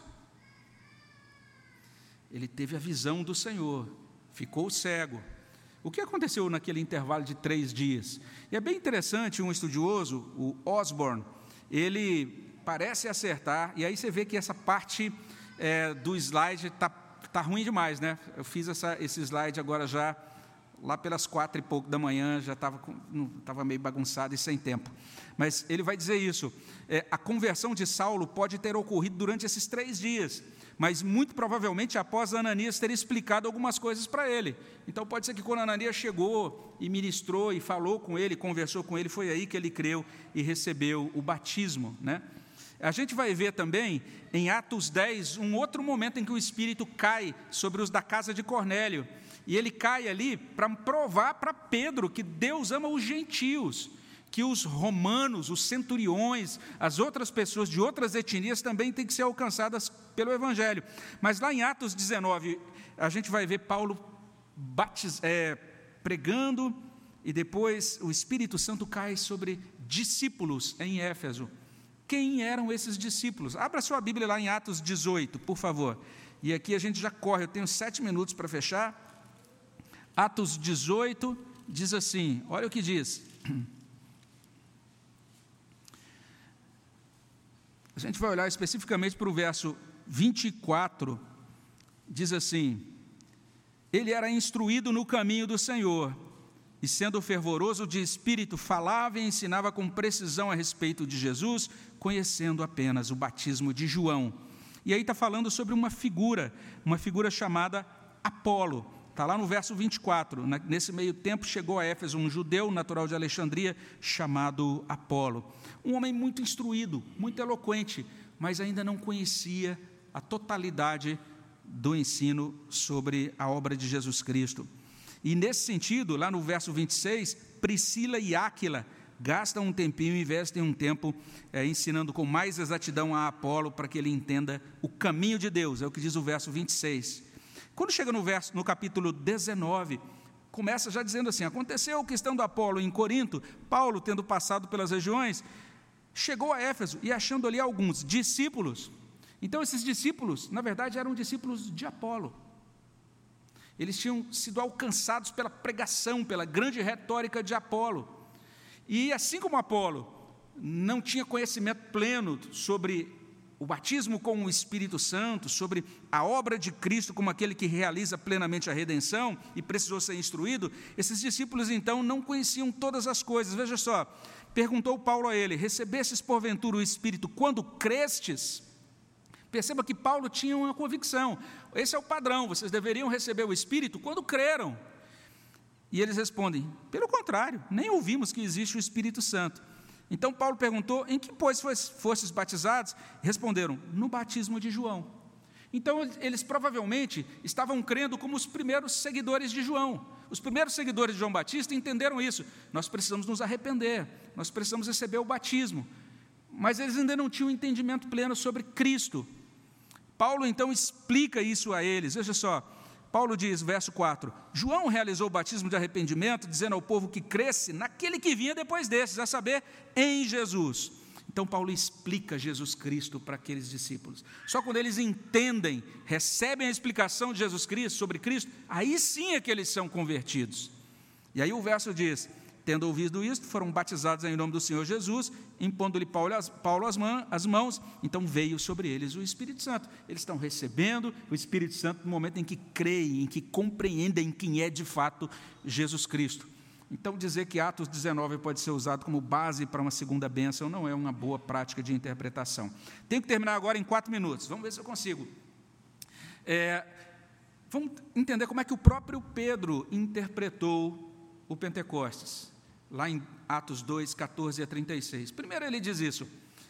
Ele teve a visão do Senhor, ficou cego. O que aconteceu naquele intervalo de três dias? E é bem interessante, um estudioso, o Osborne, ele parece acertar, e aí você vê que essa parte é, do slide está tá ruim demais, né? Eu fiz essa, esse slide agora já, lá pelas quatro e pouco da manhã, já estava estava meio bagunçado e sem tempo. Mas ele vai dizer isso, é, a conversão de Saulo pode ter ocorrido durante esses três dias, mas muito provavelmente após Ananias ter explicado algumas coisas para ele. Então pode ser que quando Ananias chegou e ministrou e falou com ele, conversou com ele, foi aí que ele creu e recebeu o batismo, né? A gente vai ver também, em Atos dez, um outro momento em que o Espírito cai sobre os da casa de Cornélio. E ele cai ali para provar para Pedro que Deus ama os gentios, que os romanos, os centuriões, as outras pessoas de outras etnias também têm que ser alcançadas pelo Evangelho. Mas lá em Atos dezenove, a gente vai ver Paulo batiz, é, pregando, e depois o Espírito Santo cai sobre discípulos em Éfeso. Quem eram esses discípulos? Abra sua Bíblia lá em Atos dezoito, por favor. E aqui a gente já corre, eu tenho sete minutos para fechar. Atos dezoito diz assim, olha o que diz. A gente vai olhar especificamente para o verso vinte e quatro, diz assim: ele era instruído no caminho do Senhor, e sendo fervoroso de espírito, falava e ensinava com precisão a respeito de Jesus, conhecendo apenas o batismo de João. E aí está falando sobre uma figura, uma figura chamada Apolo. Está lá no verso vinte e quatro, nesse meio tempo chegou a Éfeso um judeu natural de Alexandria, chamado Apolo. Um homem muito instruído, muito eloquente, mas ainda não conhecia a totalidade do ensino sobre a obra de Jesus Cristo. E nesse sentido, lá no verso vinte e seis, Priscila e Áquila gastam um tempinho e investem um tempo é, ensinando com mais exatidão a Apolo para que ele entenda o caminho de Deus, é o que diz o verso vinte e seis. Quando chega no, verso, no capítulo dezenove, começa já dizendo assim: aconteceu que estando Apolo em Corinto, Paulo, tendo passado pelas regiões, chegou a Éfeso e achando ali alguns discípulos. Então esses discípulos, na verdade, eram discípulos de Apolo. Eles tinham sido alcançados pela pregação, pela grande retórica de Apolo. E assim como Apolo não tinha conhecimento pleno sobre o batismo com o Espírito Santo, sobre a obra de Cristo como aquele que realiza plenamente a redenção e precisou ser instruído, esses discípulos então não conheciam todas as coisas. Veja só, perguntou Paulo a ele: recebestes porventura o Espírito quando crestes? Perceba que Paulo tinha uma convicção, esse é o padrão, vocês deveriam receber o Espírito quando creram. E eles respondem: pelo contrário, nem ouvimos que existe o Espírito Santo. Então Paulo perguntou: em que, pois, fostes batizados? Responderam: no batismo de João. Então eles provavelmente estavam crendo como os primeiros seguidores de João. Os primeiros seguidores de João Batista entenderam isso: nós precisamos nos arrepender, nós precisamos receber o batismo. Mas eles ainda não tinham entendimento pleno sobre Cristo. Paulo então explica isso a eles. Veja só, Paulo diz, verso quatro: João realizou o batismo de arrependimento, dizendo ao povo que cresce naquele que vinha depois desses, a saber, em Jesus. Então Paulo explica Jesus Cristo para aqueles discípulos. Só quando eles entendem, recebem a explicação de Jesus Cristo, sobre Cristo, aí sim é que eles são convertidos. E aí o verso diz: tendo ouvido isto, foram batizados em nome do Senhor Jesus, impondo-lhe Paulo as, Paulo as, man, as mãos, então veio sobre eles o Espírito Santo. Eles estão recebendo o Espírito Santo no momento em que creem, em que compreendem quem é de fato Jesus Cristo. Então dizer que Atos dezenove pode ser usado como base para uma segunda bênção não é uma boa prática de interpretação. Tenho que terminar agora em quatro minutos, vamos ver se eu consigo. É, vamos entender como é que o próprio Pedro interpretou o Pentecostes. Lá em Atos dois, catorze a trinta e seis. Primeiro ele diz isso: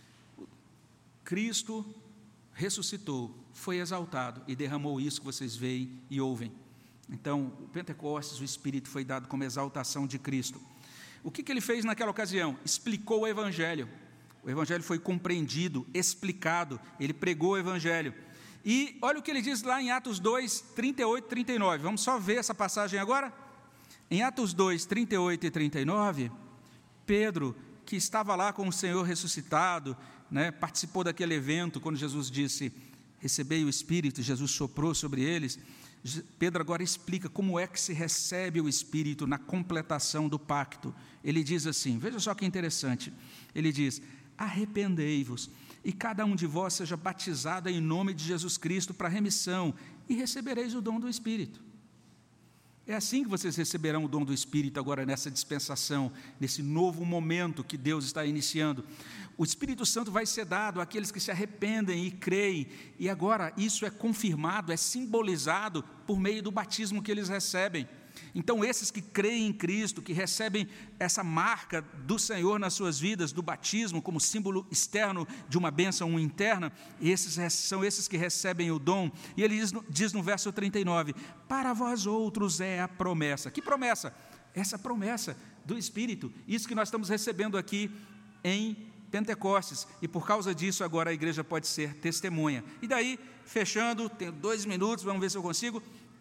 Cristo ressuscitou, foi exaltado e derramou isso que vocês veem e ouvem. Então, o Pentecostes, o Espírito foi dado como exaltação de Cristo. O que, que ele fez naquela ocasião? Explicou o Evangelho. O Evangelho foi compreendido, explicado, ele pregou o Evangelho. E olha o que ele diz lá em Atos dois, trinta e oito e trinta e nove. Vamos só ver essa passagem agora? Em Atos dois, trinta e oito e trinta e nove, Pedro, que estava lá com o Senhor ressuscitado, né, participou daquele evento, quando Jesus disse: recebei o Espírito, Jesus soprou sobre eles. Pedro agora explica como é que se recebe o Espírito na completação do pacto. Ele diz assim, veja só que interessante, ele diz: arrependei-vos, e cada um de vós seja batizado em nome de Jesus Cristo para remissão, e recebereis o dom do Espírito. É assim que vocês receberão o dom do Espírito agora nessa dispensação, nesse novo momento que Deus está iniciando. O Espírito Santo vai ser dado àqueles que se arrependem e creem, e agora isso é confirmado, é simbolizado por meio do batismo que eles recebem. Então, esses que creem em Cristo, que recebem essa marca do Senhor nas suas vidas, do batismo, como símbolo externo de uma bênção interna, esses são esses que recebem o dom. E ele diz, diz no verso trinta e nove, para vós outros é a promessa. Que promessa? Essa promessa do Espírito, isso que nós estamos recebendo aqui em Pentecostes, e por causa disso agora a igreja pode ser testemunha. E daí, fechando, tenho dois minutos, vamos ver se eu consigo.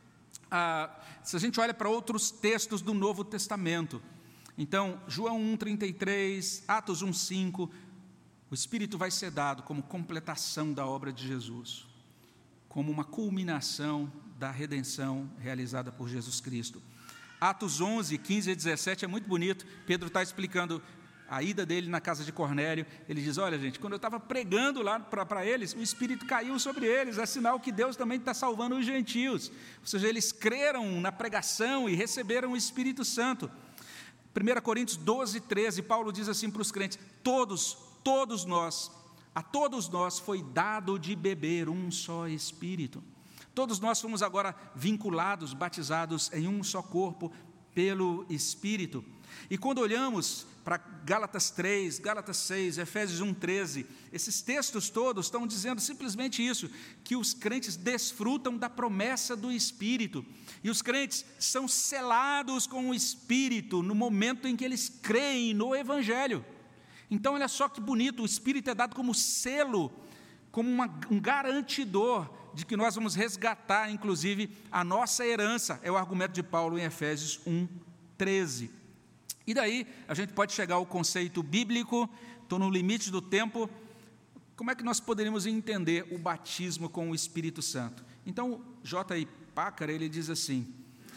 Ah, se a gente olha para outros textos do Novo Testamento, então, João um, trinta e três, Atos um, cinco, o Espírito vai ser dado como completação da obra de Jesus, como uma culminação da redenção realizada por Jesus Cristo. Atos onze, quinze a dezessete é muito bonito. Pedro está explicando a ida dele na casa de Cornélio. Ele diz, olha gente, quando eu estava pregando lá para eles, o Espírito caiu sobre eles, é sinal que Deus também está salvando os gentios, ou seja, eles creram na pregação e receberam o Espírito Santo. primeira Coríntios doze, treze, Paulo diz assim para os crentes, todos, todos nós, a todos nós foi dado de beber um só Espírito, todos nós fomos agora vinculados, batizados em um só corpo pelo Espírito. E quando olhamos para Gálatas três, Gálatas seis, Efésios um, treze, esses textos todos estão dizendo simplesmente isso, que os crentes desfrutam da promessa do Espírito, e os crentes são selados com o Espírito no momento em que eles creem no Evangelho. Então, olha só que bonito, o Espírito é dado como selo, como uma, um garantidor de que nós vamos resgatar, inclusive, a nossa herança, é o argumento de Paulo em Efésios um, treze. E daí, a gente pode chegar ao conceito bíblico, estou no limite do tempo, como é que nós poderíamos entender o batismo com o Espírito Santo? Então, J I Packer, ele diz assim,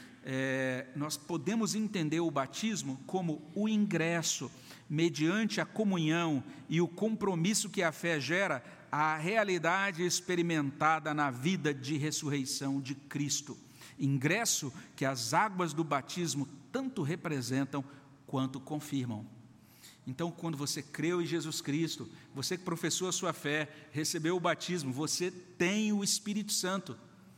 é, nós podemos entender o batismo como o ingresso, mediante a comunhão e o compromisso que a fé gera, à realidade experimentada na vida de ressurreição de Cristo. Ingresso que as águas do batismo tanto representam quanto confirmam. Então, quando você creu em Jesus Cristo, você que professou a sua fé, recebeu o batismo, você tem o Espírito Santo.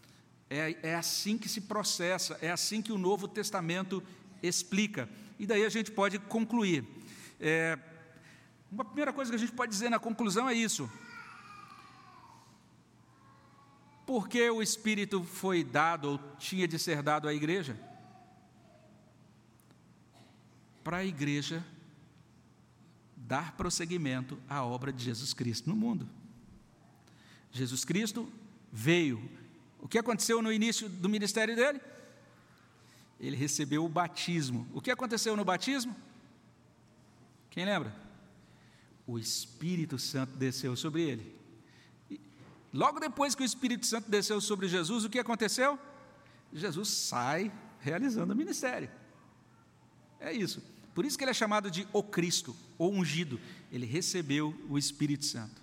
É, é assim que se processa, é assim que o Novo Testamento explica. E daí a gente pode concluir. É, uma primeira coisa que a gente pode dizer na conclusão é isso. Por que o Espírito foi dado, ou tinha de ser dado à igreja? Para a igreja dar prosseguimento à obra de Jesus Cristo no mundo. Jesus Cristo veio. O que aconteceu no início do ministério dele? Ele recebeu o batismo. O que aconteceu no batismo? Quem lembra? O Espírito Santo desceu sobre ele. E logo depois que o Espírito Santo desceu sobre Jesus, o que aconteceu? Jesus sai realizando o ministério. É isso. Por isso que ele é chamado de o Cristo, ou ungido. Ele recebeu o Espírito Santo.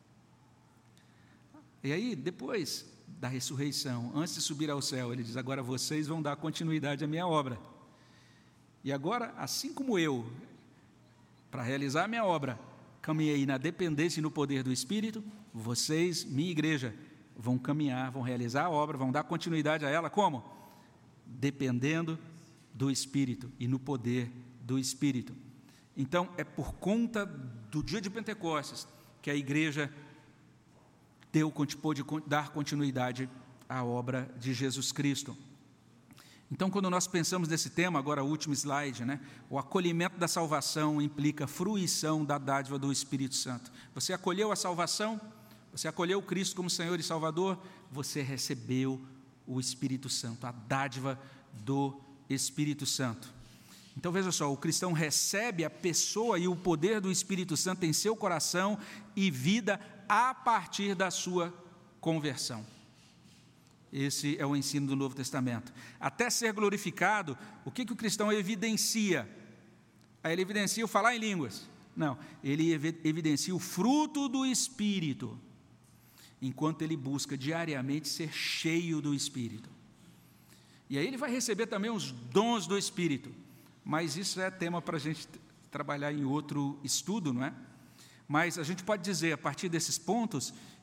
E aí, depois da ressurreição, antes de subir ao céu, ele diz, agora vocês vão dar continuidade à minha obra. E agora, assim como eu, para realizar a minha obra, caminhei na dependência e no poder do Espírito, vocês, minha igreja, vão caminhar, vão realizar a obra, vão dar continuidade a ela, como? Dependendo do Espírito e no poder do Espírito. Então, é por conta do dia de Pentecostes que a igreja deu, pôde dar continuidade à obra de Jesus Cristo. Então, quando nós pensamos nesse tema, agora o último slide, né? O acolhimento da salvação implica fruição da dádiva do Espírito Santo. Você acolheu a salvação? Você acolheu Cristo como Senhor e Salvador? Você recebeu o Espírito Santo, a dádiva do Espírito Santo. Então, veja só, o cristão recebe a pessoa e o poder do Espírito Santo em seu coração e vida a partir da sua conversão. Esse é o ensino do Novo Testamento. Até ser glorificado, o que, que o cristão evidencia? Aí ele evidencia o falar em línguas? Não, ele evidencia o fruto do Espírito, enquanto ele busca diariamente ser cheio do Espírito. E aí ele vai receber também os dons do Espírito, mas isso é tema para a gente trabalhar em outro estudo, não é? Mas a gente pode dizer, a partir desses pontos,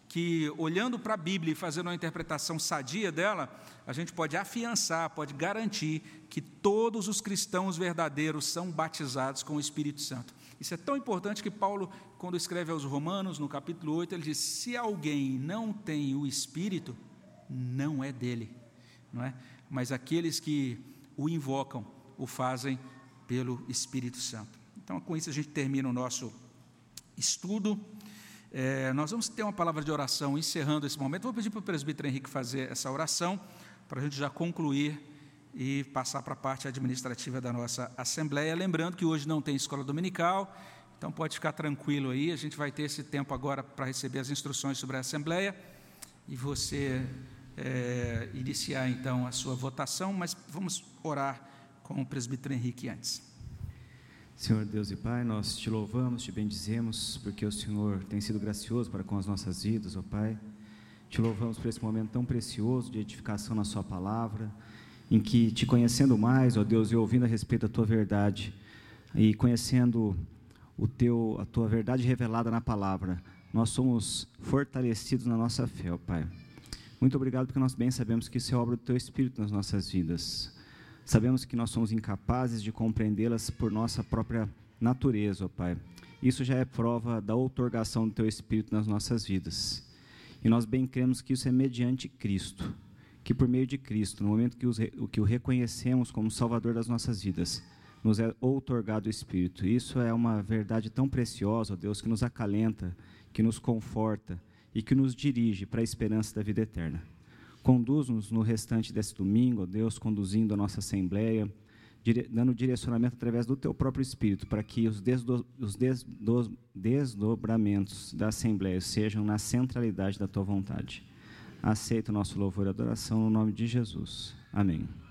que, olhando para a Bíblia e fazendo uma interpretação sadia dela, a gente pode afiançar, pode garantir que todos os cristãos verdadeiros são batizados com o Espírito Santo. Isso é tão importante que Paulo, quando escreve aos Romanos, no capítulo oito, ele diz: se alguém não tem o Espírito, não é dele, não é? Mas aqueles que o invocam, o fazem pelo Espírito Santo. Então, com isso a gente termina o nosso estudo. É, nós vamos ter uma palavra de oração encerrando esse momento. Vou pedir para o presbítero Henrique fazer essa oração, para a gente já concluir e passar para a parte administrativa da nossa Assembleia. Lembrando que hoje não tem escola dominical, então pode ficar tranquilo aí, a gente vai ter esse tempo agora para receber as instruções sobre a Assembleia, e você é, iniciar então a sua votação, mas vamos orar com o presbítero Henrique antes. Senhor Deus e Pai, nós te louvamos, te bendizemos, porque o Senhor tem sido gracioso para com as nossas vidas, ó Pai. Te louvamos por esse momento tão precioso de edificação na sua palavra, em que, te conhecendo mais, ó Deus, e ouvindo a respeito da tua verdade, e conhecendo o teu, a tua verdade revelada na palavra, nós somos fortalecidos na nossa fé, ó Pai. Muito obrigado, porque nós bem sabemos que isso é obra do teu Espírito nas nossas vidas. Sabemos que nós somos incapazes de compreendê-las por nossa própria natureza, ó Pai. Isso já é prova da outorgação do Teu Espírito nas nossas vidas. E nós bem cremos que isso é mediante Cristo, que por meio de Cristo, no momento que, os, que o reconhecemos como Salvador das nossas vidas, nos é outorgado o Espírito. Isso é uma verdade tão preciosa, ó Deus, que nos acalenta, que nos conforta e que nos dirige para a esperança da vida eterna. Conduz-nos no restante desse domingo, ó Deus, conduzindo a nossa Assembleia, dire, dando direcionamento através do Teu próprio Espírito, para que os, desdo, os desdo, desdobramentos da Assembleia sejam na centralidade da Tua vontade. Aceita o nosso louvor e adoração no nome de Jesus. Amém.